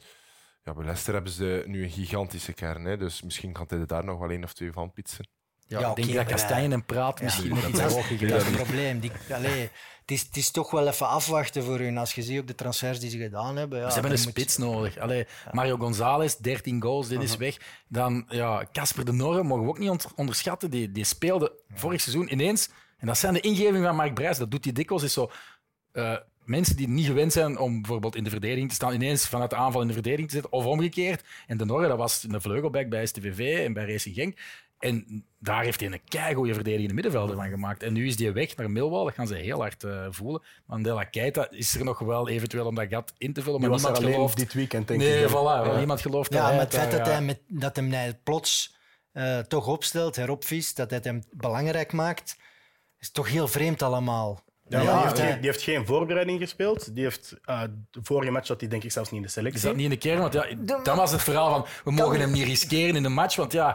D: Ja, bij Leicester hebben ze nu een gigantische kern, hè, dus misschien kan hij er daar nog wel één of twee van pitsen.
C: Ja,
B: Ja,
C: ik denk
B: oké,
C: dat Kastanje en Praat
B: Ja,
C: misschien
B: dat
C: nog iets
B: is-
C: hoger
B: Dat is
C: gegaan.
B: het probleem. Die, allee, het, is, het is toch wel even afwachten voor hun. Als je ziet ook de transfers die ze gedaan hebben. Ja,
C: Ze hebben een
B: dan moet-
C: spits nodig. Allee, Mario González, dertien goals, dit is weg. Dan ja, Casper de Norre, mogen we ook niet ont- onderschatten. Die, die speelde vorig seizoen ineens. En dat zijn de ingevingen van Mark Brijs. Dat doet hij dikwijls. Is zo, uh, mensen die niet gewend zijn om bijvoorbeeld in de verdediging te staan, ineens vanuit de aanval in de verdediging te zitten, of omgekeerd. En de Norre, dat was een vleugelback bij S T V V en bij Racing Genk. En daar heeft hij een keigoede verdedigende middenvelder van gemaakt. En nu is die weg naar Millwall. Dat gaan ze heel hard uh, voelen. Mandela Keita is er nog wel eventueel om dat gat in te vullen.
A: Die
C: Maar
A: was er
C: niemand
A: alleen
C: gelooft.
A: dit weekend, denk
C: Nee,
A: ik.
C: voilà.
A: Ja.
C: Niemand gelooft
B: Ja,
C: dat
B: maar
C: hij
B: het feit
C: daar,
B: dat
C: ja.
B: hij, met, dat hem hij plots uh, toch opstelt, heropvist, dat hij het hem belangrijk maakt, is toch heel vreemd allemaal.
A: Ja,
B: Ja,
A: maar die,
B: ja,
A: heeft
B: ja.
A: geen, die heeft geen voorbereiding gespeeld. Die heeft, uh, de vorige match zat hij denk ik zelfs niet in de selectie.
C: Is dat niet in de kern? Want ja, dan was het verhaal van we mogen hem niet riskeren in de match. Want ja,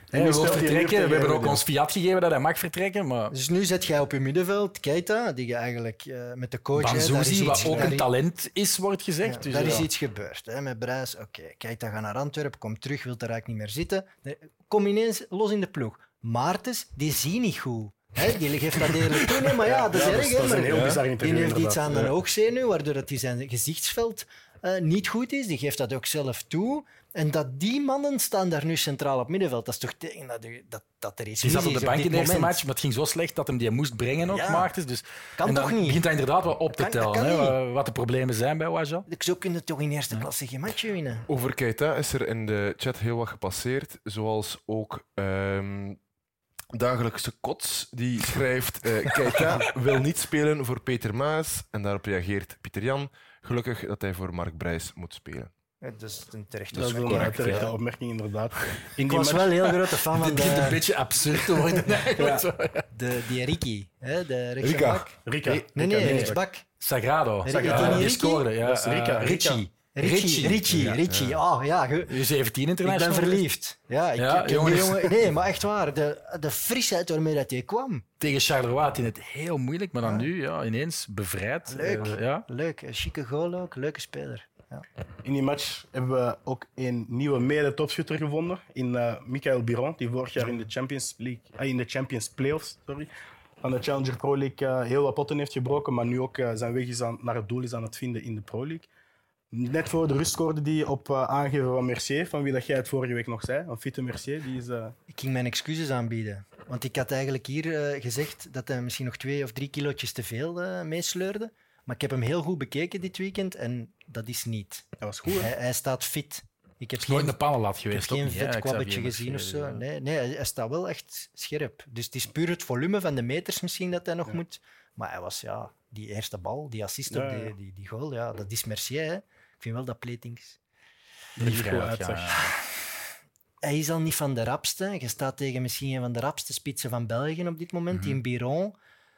C: Hij wil vertrekken. We hebben ook ons fiat gegeven dat hij mag vertrekken. Maar...
B: Dus nu zet jij op je middenveld Keita, die je eigenlijk uh, met de coach...
C: Banzuzi, wat ook
B: daar
C: een talent is, wordt gezegd.
B: Ja,
C: dus
B: daar
C: ja.
B: is iets gebeurd hè, met Brijs. Oké, okay, Keita gaat naar Antwerpen, komt terug, wil daar eigenlijk niet meer zitten. Kom ineens los in de ploeg. Maartens, die zie niet goed. He, die geeft dat eerlijk toe, nee, maar ja, dat is
A: ja,
B: erg.
A: Dat is, dat is een heel
B: ja.
A: bizar interview.
B: Die heeft iets aan de
A: ja.
B: oogzenuw, waardoor dat die zijn gezichtsveld uh, niet goed is. Die geeft dat ook zelf toe. En dat die mannen staan daar nu centraal op middenveld, dat is toch tegen dat, dat, dat er iets
C: mis is. Hij zat op de bank in de eerste
B: moment.
C: match, maar het ging zo slecht dat hem die moest brengen ook,
B: ja.
C: Maartens. Dus,
B: kan
C: en dan
B: toch niet?
C: begint hij inderdaad wel op te
B: kan,
C: tellen, hè, wat de problemen zijn bij Wajal.
B: Zo kun je toch in eerste ja. klasse geen match winnen.
D: Over Keita is er in de chat heel wat gepasseerd, zoals ook... Um, Dagelijkse Kots, die schrijft uh, Keita wil niet spelen voor Peter Maas. En daarop reageert Pieter Jan. Gelukkig dat hij voor Mark Brijs moet spelen.
B: Ja, dat is een terechte
A: dat is
B: opmerking.
A: een terechte ja. opmerking, inderdaad.
B: In ik was match... wel heel grote fan van
C: de...
B: de...
C: Het begint een beetje absurd te worden.
B: ja. de, die Ricky, hè, de rechtsbak.
A: Rika.
B: Rika. Nee, nee, rechtsbak.
C: Sagrado.
B: Sagrado.
C: Die scoorde. Ja.
A: Dat is Rika.
C: Uh, Richie.
B: Richie, Richie, ja. Richie. Oh, ja.
C: U zeventien international.
B: Ik ben verliefd. Ja, ik,
C: ja,
B: ik, jongens. Jongen, nee, maar echt waar. De, de frisheid waarmee dat hij kwam.
C: Tegen Charleroi had hij het heel moeilijk, maar dan ja. nu ja, ineens bevrijd.
B: Leuk.
C: Uh, ja.
B: Leuk. Een chique goal ook. Leuke speler. Ja.
A: In die match hebben we ook een nieuwe mede-topschutter gevonden. In uh, Michael Biron, die vorig jaar in de Champions League, uh, in de Champions Playoffs, sorry, van de Challenger Pro League uh, heel wat potten heeft gebroken, maar nu ook uh, zijn weg is aan, naar het doel is aan het vinden in de Pro League. Net voor de rust scoorde die op uh, aangeven van Mercier, van wie dat jij het vorige week nog zei. Een fitte Mercier. Die is, uh...
B: Ik ging mijn excuses aanbieden. Want ik had eigenlijk hier uh, gezegd dat hij misschien nog twee of drie kilootjes te veel uh, meesleurde. Maar ik heb hem heel goed bekeken dit weekend en dat is niet.
A: Dat was goed, hè?
B: Hij, hij staat fit. Ik heb
C: geen, nooit een pannenlat geweest.
B: Ik heb geen vet
C: ja,
B: kwabbetje gezien of zo. Nee, nee, hij staat wel echt scherp. Dus het is puur het volume van de meters misschien dat hij nog ja. moet. Maar hij was, ja, die eerste bal, die assist op ja, ja. Die, die, die goal, ja, dat is Mercier, hè. Ik vind wel dat Platings...
A: Die goed uitzag. Ja.
B: Hij is al niet van de rapste. Je staat tegen misschien een van de rapste spitsen van België op dit moment, mm-hmm. die Biron.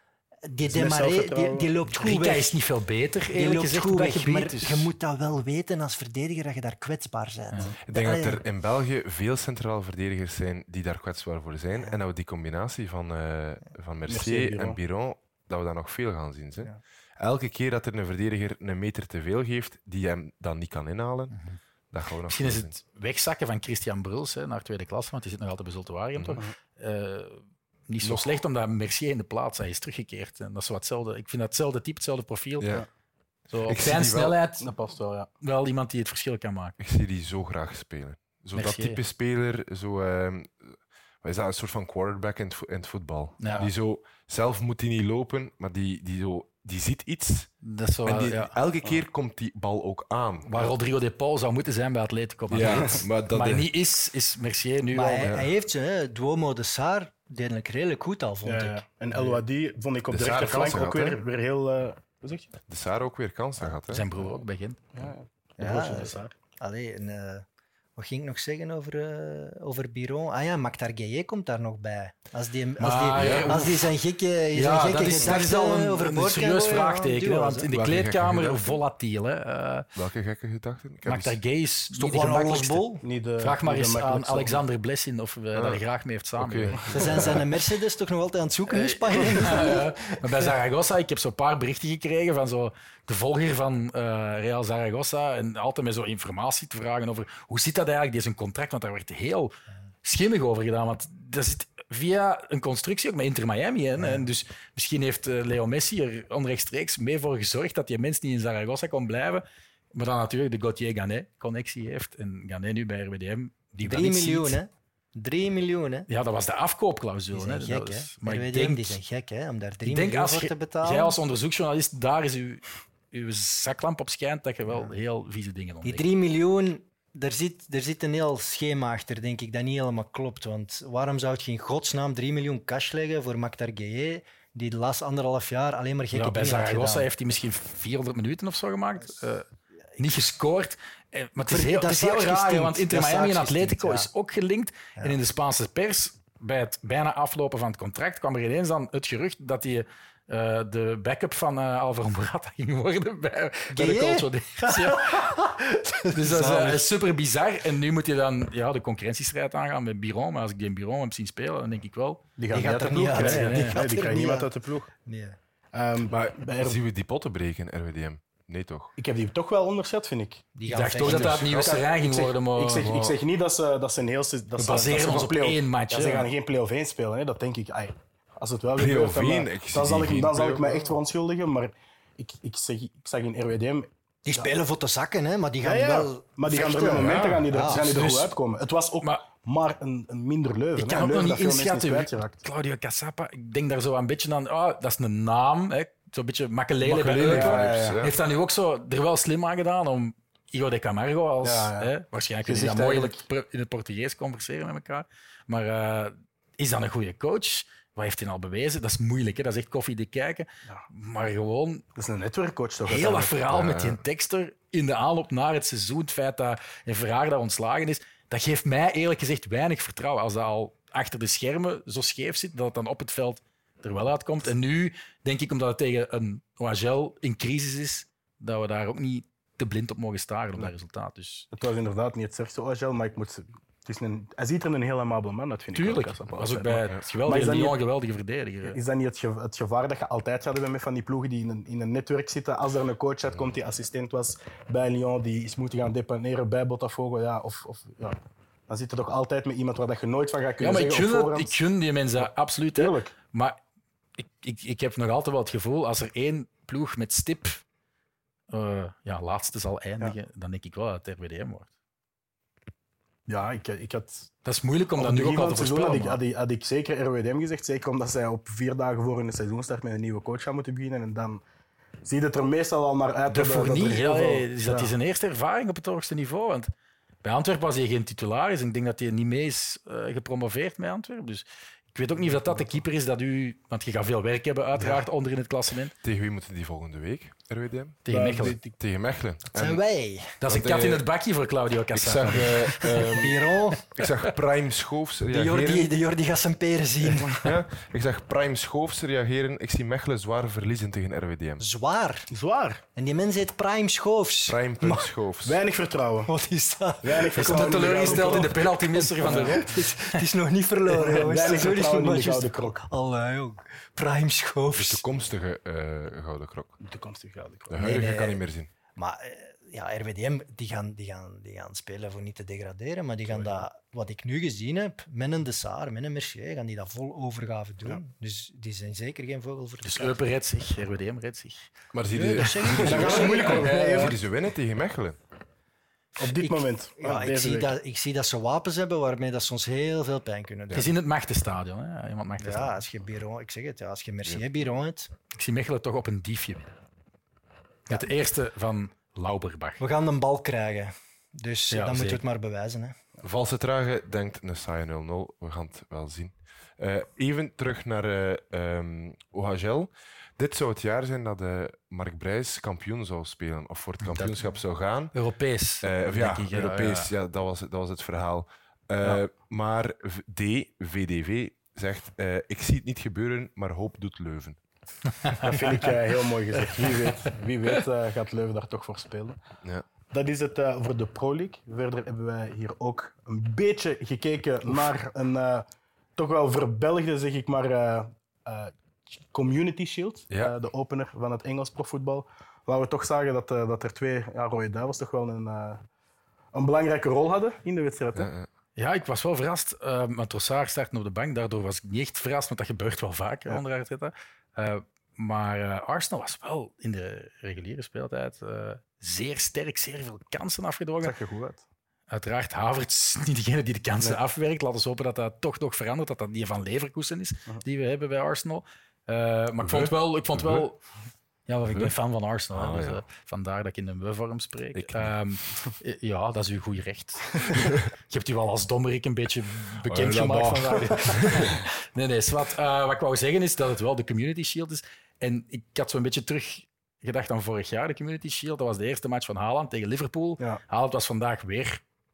B: Die Demaré, die, die loopt goed
C: Rika
B: weg.
C: is niet veel beter,
B: die loopt
C: gezegd,
B: goed weg,
C: gebied,
B: maar
C: dus...
B: je moet dat wel weten als verdediger, dat je daar kwetsbaar bent.
D: Ja. Ik denk dat er in België veel centrale verdedigers zijn die daar kwetsbaar voor zijn. Ja. En dat we die combinatie van, uh, van Mercier, Mercier en Biron, dat we dat nog veel gaan zien. Hè? Ja. Elke keer dat er een verdediger een meter te veel geeft, die hem dan niet kan inhalen, mm-hmm. dat gaan we nog
C: Misschien is het wegzakken van Christian Bruls hè, naar tweede klasse, want die zit nog altijd bij Zulte Waregem, mm-hmm. toch? Uh, niet zo nog. Slecht, omdat Mercier in de plaats hij is teruggekeerd. En dat is wat hetzelfde. Ik vind dat hetzelfde type, hetzelfde profiel. Ja. Zo, op zijn snelheid, wel, dat past wel, ja. Wel iemand die het verschil kan maken.
D: Ik zie die zo graag spelen. Zo dat type speler, zo... Uh, Wat is dat? Een soort van quarterback in het, vo- in het voetbal. Ja. Die zo, zelf moet hij niet lopen, maar die, die, zo, die ziet iets.
C: Dat is zo,
D: en die,
C: ja.
D: elke keer ja. komt die bal ook aan.
C: Waar Rodrigo de Paul zou moeten zijn bij Atletico Madrid. Ja, maar dat maar de... niet is, is Mercier nu
B: maar
C: al.
B: Hij,
C: ja.
B: hij heeft ze, hè. Duomo de Saar, redelijk, redelijk goed al, vond ja, ja.
A: ik. En El Ouadi vond ik op de, de rechterflank ook weer, weer heel... Uh, hoe zeg je?
D: De Saar ook weer kansen gehad. Hè?
C: Zijn broer ook bij Gent.
A: Ja, ja.
B: ja, de Saar. Allee, en... Uh... Wat ging ik nog zeggen over, uh, over Biron? Ah ja, Maktar Gueye komt daar nog bij. Als die, als die,
C: maar, ja,
B: als die zijn gekke, zijn
C: ja,
B: gekke
C: dat is, dat is al een,
B: over
C: een serieus vraagteken. Duo's, want in de
D: Welke
C: kleedkamer volatiel. Hè. Uh,
D: Welke gekke gedachten?
C: Maktar Gueye is, is
B: toch wel alles bol?
C: Vraag maar eens aan Alexander Blessin of we ah. daar graag mee heeft samengewerkt.
B: Okay. Ze zijn zijn Mercedes toch nog altijd aan het zoeken in Spanje?
C: Ja, ja. Maar bij Zaragoza, ik heb zo'n paar berichten gekregen van zo de volger van uh, Real Zaragoza en altijd met zo informatie te vragen over hoe zit dat eigenlijk, deze contract, want daar werd heel schimmig over gedaan, want dat zit via een constructie ook met Inter Miami. Hè? Ja. En dus misschien heeft uh, Leo Messi er onrechtstreeks mee voor gezorgd dat die mens niet in Zaragoza kon blijven, maar dan natuurlijk de Gauthier-Ganet-connectie heeft en Ganet nu bij R W D M. Die
B: Drie miljoen, hè? Drie miljoen, hè?
C: Ja, dat was de afkoopclausule.
B: Die zijn
C: hè?
B: gek,
C: was,
B: hè? Maar ik denk, die zijn gek, hè? Om daar drie miljoen voor te betalen.
C: Jij als onderzoeksjournalist, daar is uw, uw zaklamp op schijnt dat je wel ja. heel vieze dingen ontdekt.
B: Die drie miljoen, daar zit, daar zit een heel schema achter, denk ik, dat niet helemaal klopt. Want waarom zou je in godsnaam drie miljoen cash leggen voor Maktar Gueye, die de laatste anderhalf jaar alleen maar gekke
C: ja, bij
B: dingen had gedaan?
C: Zaragoza heeft hij misschien vierhonderd minuten of zo gemaakt. Uh, niet gescoord. Maar het is heel, het is heel raar, want Inter Miami en Atletico ja. is ook gelinkt. Ja. En in de Spaanse pers, bij het bijna aflopen van het contract, kwam er ineens dan het gerucht dat hij uh, de backup van uh, Alvaro Morata ging worden bij, bij de coach. Ja. Dus dat is uh, super bizar. En nu moet je dan ja, de concurrentiestrijd aangaan met Biron. Maar als ik die Biron heb zien spelen, dan denk ik wel...
A: Die gaat,
B: die gaat er
A: niet
B: uit.
A: uit.
B: Nee,
A: Nee,
B: die
A: nee,
B: gaat
A: die
B: er
A: krijgt
B: niet
A: niemand
B: uit.
A: uit de ploeg.
B: Nee.
A: Um,
D: Maar
A: bij R-
D: zien we die potten breken, R W D M? Nee, toch?
A: ik heb die toch wel onderschat, vind ik.
B: Die
C: Ik
B: gaan
C: dacht toch
B: vechten.
C: dat dat het nieuwe terrein
A: Ik
C: ging
A: zeg,
C: worden, maar...
A: ik zeg, ik zeg niet dat ze, dat ze een heel... se- Dat
C: We
A: ze,
C: baseren
A: dat ze
C: ons
A: een
C: op
A: play-off-
C: één match.
A: Ja, ze
C: hè.
A: gaan geen play-off één spelen, hè. Dat denk ik. Ai, als het wel
D: Play-off
A: gebeurt, dan,
D: één?
A: eh,
D: Ik zie
A: dan, zal
D: die
A: ik,
D: geen
A: dan zal ik me
D: play-off.
A: echt verontschuldigen. Maar ik, ik, zeg, ik zag in R W D M...
B: Die spelen voor te zakken, hè, maar die gaan
A: Ja, ja,
B: wel
A: maar die gaan er
B: vechten.
A: met momenten
D: ja.
A: gaan die er,
B: Ja,
A: gaan die er
C: dus-
A: goed uitkomen. Het was ook
C: Maar-
A: maar, een, een minder Leuven.
C: Ik
A: hè.
C: kan ook
A: Een
C: nog
A: Leuven
C: niet
A: dat veel mensen
C: inschatten.
A: is
C: wie-
A: kwijtgeraakt.
C: Claudio Cassapa, ik denk daar zo een beetje aan... Oh, dat is een naam. Hè. Zo'n beetje Makelele bij
D: Makelele
C: Eupen.
A: ja, ja, ja.
D: vibes,
C: Heeft dat nu ook zo er wel slim aan gedaan om Igor de Camargo als...
A: Ja, ja.
C: Hè, waarschijnlijk
A: Je
C: kunnen die
A: zegt
C: dat moeilijk pro- in het Portugees converseren met elkaar. Maar uh, is dat een goede coach? Wat heeft hij al bewezen? Dat is moeilijk, hè? Dat is echt koffiedik kijken.
A: Ja.
C: Maar gewoon
A: Dat is een netwerkcoach toch?
C: heel dat
A: uiteindelijk.
C: verhaal
D: Ja.
C: met die tekster in de aanloop naar het seizoen, het feit dat een vraag daar ontslagen is, dat geeft mij eerlijk gezegd weinig vertrouwen. Als dat al achter de schermen zo scheef zit, dat het dan op het veld er wel uitkomt. En nu denk ik, omdat het tegen een O H L in crisis is, dat we daar ook niet te blind op mogen staren op dat resultaat. Dus
A: Het was inderdaad niet het sterkste O H L, maar ik moet... Het is een, hij ziet er een heel amabele man uit, vind ik.
C: tuurlijk,
A: ook,
C: dat
A: Cassapa.
C: was ook bij het
A: Maar
C: geweldige
A: is dat
C: Lyon
A: niet-
C: een geweldige verdediger. hè.
A: Is dat niet het, ge- het gevaar dat je altijd gaat hebben met van die ploegen die in een, in een netwerk zitten? Als er een coach uitkomt die assistent was bij Lyon, die is moeten gaan depaneren bij Botafogo, ja, of, of, ja, dan zit er toch altijd met iemand waar dat je nooit van gaat
C: Ja,
A: kunnen
C: maar ik
A: zeggen
C: gun,
A: op
C: het,
A: voorhand.
C: ik gun die mensen dat absoluut. Hè.
A: Tuurlijk.
C: Maar ik, ik, ik heb nog altijd wel het gevoel, als er één ploeg met stip uh, ja, laatste zal eindigen, dan denk ik wel dat het R W D M wordt.
A: Ja, ik, ik had...
C: Dat is moeilijk om
A: Op
C: dat
A: het
C: nu ook
A: begin
C: al
A: van
C: te
A: het seizoen
C: voorspellen.
A: had ik,
C: maar-
A: had, ik, had ik zeker R W D M gezegd, zeker omdat zij op vier dagen voor hun seizoenstart met een nieuwe coach gaan moeten beginnen. En dan ziet het er meestal al naar uit
C: De
A: dat, dat er
C: Fournier,
A: heel
C: ja,
A: veel...
C: hey, is dat
A: ja.
C: is zijn eerste ervaring op het hoogste niveau. Want bij Antwerpen was hij geen titularis en ik denk dat hij niet mee is uh, gepromoveerd met Antwerpen. Dus ik weet ook niet of dat, dat de keeper is dat u... Want je gaat veel werk hebben, uiteraard, ja. onder in het klassement.
D: Tegen wie moeten die volgende week, R W D M?
C: Tegen
A: Ja,
C: Mechelen.
A: die-
D: Tegen Mechelen.
B: Dat zijn wij.
C: Dat is een
D: Want,
C: kat in
D: eh,
C: het bakje voor Claudio
D: Ik
C: Cassapa.
D: zag, eh, ehm,
B: Biron,
D: ik zag Prime Schoofs
B: de
D: reageren.
B: Jordi, de Jordi gaat zijn peren zien.
D: Ja, ik zag Prime Schoofs reageren. Ik zie Mechelen zwaar verliezen tegen R W D M.
B: Zwaar.
A: Zwaar.
B: En die mens heet Prime Schoofs.
D: Prime Schoofs.
A: Weinig vertrouwen.
B: Wat is dat?
A: Weinig
C: Hij komt
A: vertrouwen in de
C: teleurgesteld in de
A: gouden
C: penaltymisser van de Rop.
B: Het is, het is nog niet verloren, jongens.
A: Weinig
B: Het is nog
A: vertrouwen in
B: niet
A: de
B: verloren.
A: gouden krok.
B: Allee, jong. Prime
D: De
B: Schoofs.
D: toekomstige eh, gouden krok.
A: De toekomstige gouden krok.
D: De huidige
B: nee.
D: kan niet meer zien.
B: Maar eh, ja, R W D M die gaan, die, gaan, die gaan spelen voor niet te degraderen, maar die gaan dat, wat ik nu gezien heb, met een De Saar, met een Mercier, gaan die dat vol overgave doen.
A: Ja.
B: Dus die zijn zeker geen vogel voor de
C: Dus
B: kat.
C: Eupen redt zich, R W D M redt zich.
D: Maar zie
B: Nee,
D: je,
B: dat zeg ik niet.
A: Dan gaat
B: Dat
A: het
B: zeg
A: moeilijk
B: ik
A: worden.
B: niet.
A: hè,
D: zie
A: jongen.
D: je ze winnen tegen Mechelen?
A: Op dit
B: Ik-
A: moment.
B: Ja,
A: Ah,
B: ik,
A: deze
B: zie
A: week.
B: dat, ik zie dat ze wapens hebben waarmee dat ze ons heel veel pijn kunnen doen.
C: Het is in het Machtenstadion. Hè? Iemand mag het
B: Ja, als je Biron, ik zeg het, ja, als je Mercier Biron hebt.
C: Ik zie Mechelen toch op een diefje winnen. Met de eerste van Lauberbach.
B: We gaan een bal krijgen. Dus
C: Ja,
B: dan moeten we
C: zeker.
B: het maar bewijzen. Hè.
D: Valse Trage denkt een saaie nul nul. We gaan het wel zien. Eh, even terug naar eh, ehm, O H L. Dit zou het jaar zijn dat eh, Mark Brijs kampioen zou spelen. Of voor het kampioenschap zou gaan.
C: Europees.
D: Eh, of ja,
C: denk ik,
D: Europees.
C: ja.
D: Ja, dat, was, het- dat was het verhaal. Eh,
C: Ja.
D: Maar V- D, V D V, zegt... eh, ik zie het niet gebeuren, maar hoop doet Leuven.
A: Dat vind ik eh, heel mooi gezegd. Wie weet, wie weet eh, gaat Leuven daar toch voor spelen.
D: Ja.
A: Dat is het eh, voor de Pro League. Verder hebben wij hier ook een beetje gekeken naar een eh, toch wel verbelgde, zeg ik maar, eh, eh, Community Shield.
D: Ja.
A: Eh, de opener van het Engels profvoetbal. Waar we toch zagen dat, eh, dat er twee ja, Rode Duivels toch wel een, eh, een belangrijke rol hadden in de wedstrijd. Hè?
D: Ja, ja.
C: Ja, ik was wel verrast. Uh, maar Trossard startte op de bank. Daardoor was ik niet echt verrast, want dat gebeurt wel vaak
A: Ja.
C: onder Arteta. Uh, maar uh, Arsenal was wel in de reguliere speeltijd uh, zeer sterk, zeer veel kansen afgedwongen.
A: Dat zag er goed uit.
C: Uiteraard, Havertz is niet degene die de kansen
A: Nee.
C: afwerkt. Laten we hopen dat dat toch nog verandert, dat dat die van Leverkusen is,
A: Uh-huh.
C: die we hebben bij Arsenal. Uh, maar ik vond wel... Ik vond wel ja, ik ben fan van Arsenal.
D: Ah,
C: hè, dus,
D: ja.
C: uh, vandaar dat ik in de we-vorm spreek.
D: Ik
C: Um, ja, dat is uw goed recht. Je hebt u wel als dommerik een beetje bekend
D: Oh, ja,
C: gemaakt.
D: dat
C: Van nee, nee, zwart. Uh, wat ik wou zeggen is dat het wel de Community Shield is. En ik had zo'n beetje terug gedacht aan vorig jaar, de Community Shield. Dat was de eerste match van Haaland tegen Liverpool.
A: Ja.
C: Haaland was vandaag weer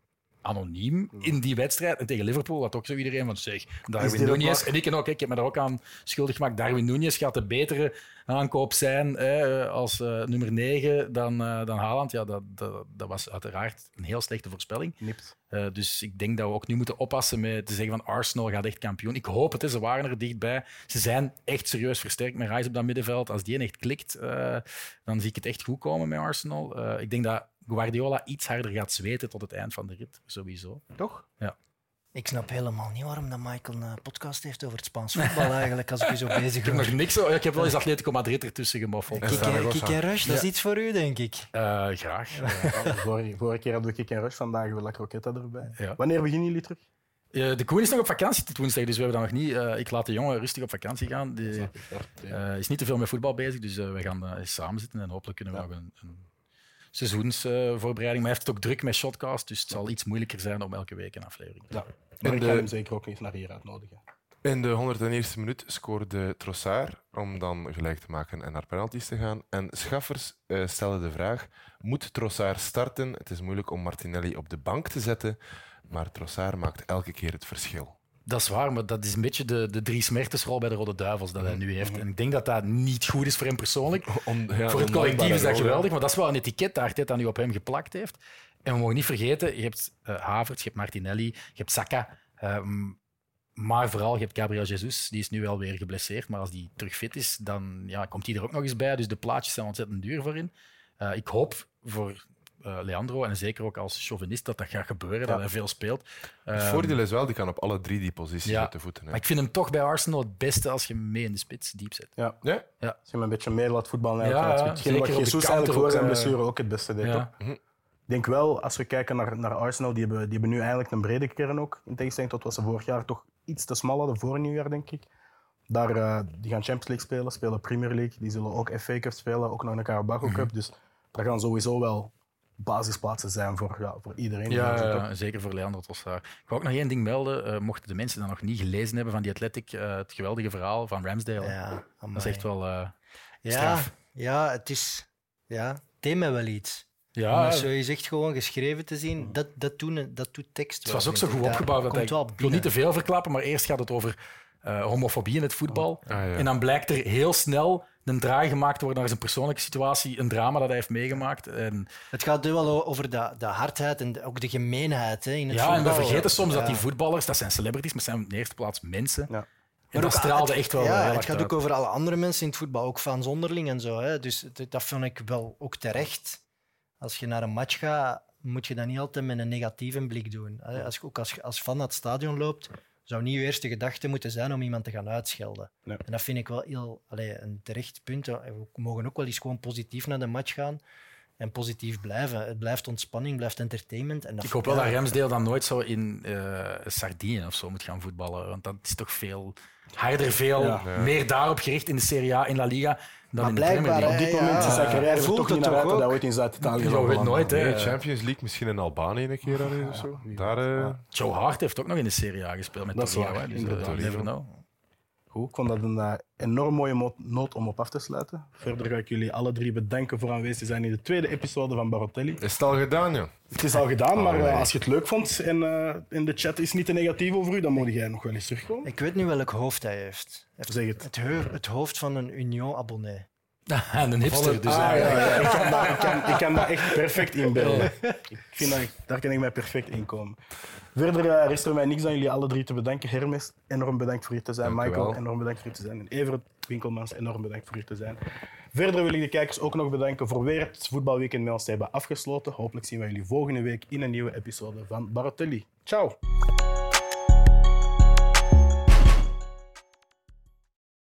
C: anoniem in die wedstrijd. En tegen Liverpool had ook zo iedereen van zeg, Darwin Núñez. En ik, en ook, ik heb me daar ook aan schuldig gemaakt. Darwin Núñez gaat de betere aankoop zijn hè, als uh, nummer negen dan, uh, dan Haaland. Ja, dat, dat, dat was uiteraard een heel slechte voorspelling. Uh, dus ik denk dat we ook nu moeten oppassen met te zeggen van Arsenal gaat echt kampioen. Ik hoop het, hè, ze waren er dichtbij. Ze zijn echt serieus versterkt met Rice op dat middenveld. Als die echt klikt, uh, dan zie ik het echt goed komen met Arsenal. Uh, ik denk dat Guardiola iets harder gaat zweten tot het eind van de rit, sowieso.
A: Toch?
C: Ja.
B: Ik snap helemaal niet waarom dat Michael een podcast heeft over het Spaans voetbal eigenlijk, als ik je zo bezig ben.
C: Ik heb nog niks. Ik heb wel eens Atletico Madrid ertussen gemoffeld.
B: Kick en Rush, dat is ja. iets voor u, denk ik.
C: Uh, graag.
A: Ja, vorige, vorige keer hadden we Kick en Rush, vandaag hebben we La Croqueta erbij.
C: Ja.
A: Wanneer beginnen jullie terug?
C: Uh, de Koen is nog op vakantie tot woensdag, dus we hebben dat nog niet. Uh, ik laat de jongen rustig op vakantie gaan. Die uh, is niet te veel met voetbal bezig, dus uh, we gaan uh, samen zitten en hopelijk kunnen we ja. nog een, een seizoensvoorbereiding. Uh, maar hij heeft het ook druk met Shotcast, dus het zal iets moeilijker zijn om elke week een aflevering te doen.
A: Ja. En ik ga hem zeker ook eens naar hier uitnodigen.
D: In de honderdste minuut scoorde Trossard om dan gelijk te maken en naar penalties te gaan. En Schaffers uh, stelde de vraag, moet Trossard starten? Het is moeilijk om Martinelli op de bank te zetten, maar Trossard maakt elke keer het verschil.
C: Dat is waar, maar dat is een beetje de, de Dries Mertensrol bij de Rode Duivels dat hij nu heeft. En ik denk dat dat niet goed is voor hem persoonlijk.
D: Om, ja,
C: voor het collectief is dat geweldig, maar dat is wel een etiket dat Arteta nu op hem geplakt heeft. En we mogen niet vergeten, je hebt uh, Havertz, je hebt Martinelli, je hebt Saka. Um, maar vooral, je hebt Gabriel Jesus, die is nu wel weer geblesseerd. Maar als die terug fit is, dan ja, komt hij er ook nog eens bij. Dus de plaatjes zijn ontzettend duur voor in. Uh, ik hoop voor uh, Leandro, en zeker ook als chauvinist, dat dat gaat gebeuren, ja. dat hij veel speelt.
D: Um, het voordeel is wel, die kan op alle drie die posities
C: ja,
D: met de voeten. Hè.
C: Maar ik vind hem toch bij Arsenal het beste als je hem mee in de spits diep zet.
A: Ja.
D: Ja?
C: Ja.
A: Als je hem een beetje meer laat voetballen.
C: Ja, ja,
A: hetgeen wat Jesus eigenlijk voor zijn blessure ook het beste deed.
C: Ja.
A: Ik denk wel, als we kijken naar, naar Arsenal, die hebben, die hebben nu eigenlijk een brede kern ook. In tegenstelling tot wat ze vorig jaar toch iets te smal hadden, voor nieuwjaar denk ik. Daar, uh, die gaan Champions League spelen, spelen Premier League. Die zullen ook F A Cup spelen, ook nog een Carabao Cup. Mm-hmm. Dus daar gaan sowieso wel basisplaatsen zijn voor, ja, voor iedereen.
C: Ja, ja, zeker voor Leandro Trossard. Ik wou ook nog één ding melden. Uh, mochten de mensen dat nog niet gelezen hebben van die Athletic, uh, het geweldige verhaal van Ramsdale.
B: Ja,
C: dat is echt wel uh,
B: ja,
C: straf.
B: Ja, het is... Ja, het deed me wel iets.
C: Ja,
B: om zo je zegt gewoon geschreven te zien, dat, dat, doen, dat doet tekst.
C: Het was ook zo goed opgebouwd. Dat ik, ik wil niet te veel verklappen, maar eerst gaat het over uh, homofobie in het voetbal. Ah, ja. En dan blijkt er heel snel een draai gemaakt te worden naar zijn persoonlijke situatie, een drama dat hij heeft meegemaakt. En...
B: Het gaat wel over de, de hardheid en de, ook de gemeenheid hè, in het
C: ja,
B: voetbal.
C: En we vergeten soms ja. dat die voetballers, dat zijn celebrities, maar zijn in de eerste plaats mensen.
A: Ja.
C: En
B: maar
C: dat
B: ook,
C: straalde
B: het,
C: echt wel
B: ja,
C: heel
B: het gaat
C: uit.
B: ook over alle andere mensen in het voetbal, ook fans onderling en zo. Hè. Dus dat, dat vond ik wel ook terecht. Als je naar een match gaat, moet je dat niet altijd met een negatieve blik doen. Als je ook als, als fan naar het stadion loopt, zou niet je eerste gedachte moeten zijn om iemand te gaan uitschelden. Nee. En dat vind ik wel heel, allee, een terecht punt. We mogen ook wel eens gewoon positief naar de match gaan en positief blijven. Het blijft ontspanning, blijft entertainment. En dat
C: ik hoop wel dat Ramsdale dan nooit zo in uh, Sardinië of zo moet gaan voetballen, want dat is toch veel harder, veel ja. meer daarop gericht in de Serie A, in La Liga.
A: Maar blijkbaar, op dit moment ja, is zijn carrière er toch niet naar uit dat hij ooit in Zuid-Italië
C: zou Je weet nooit, hè.
D: Nee, Champions League, misschien in Albanië een keer ah, of zo. Daar, uh...
C: ja. Joe Hart heeft ook nog in de Serie A gespeeld met Torino. Dus uh, never know.
A: Goed, ik vond dat een uh, enorm mooie noot om op af te sluiten. Verder ga ik jullie alle drie bedanken voor aanwezig te zijn in de tweede episode van Barotelli.
D: Is het al gedaan, ja?
A: Het is al gedaan, oh, maar uh, als je het leuk vond en uh, in de chat is niet te negatief over u, dan moet jij nog wel eens terugkomen.
B: Ik weet nu welk hoofd hij heeft.
A: Zeg het.
B: Het, heur, het hoofd van een Union-abonnee.
C: En een hipster, dus.
A: Ah, ja, ja, ja. Ik, kan dat, ik, kan, ik kan dat echt perfect inbeelden. Ik vind dat, daar kan ik mij perfect in komen. Verder uh, rest er mij niks aan jullie alle drie te bedanken. Hermes, enorm bedankt voor hier te zijn. Dank Michael, enorm bedankt voor hier te zijn. En Evert Winkelmans, enorm bedankt voor hier te zijn. Verder wil ik de kijkers ook nog bedanken voor weer het voetbalweekend met ons te hebben afgesloten. Hopelijk zien we jullie volgende week in een nieuwe episode van Barotelli. Ciao!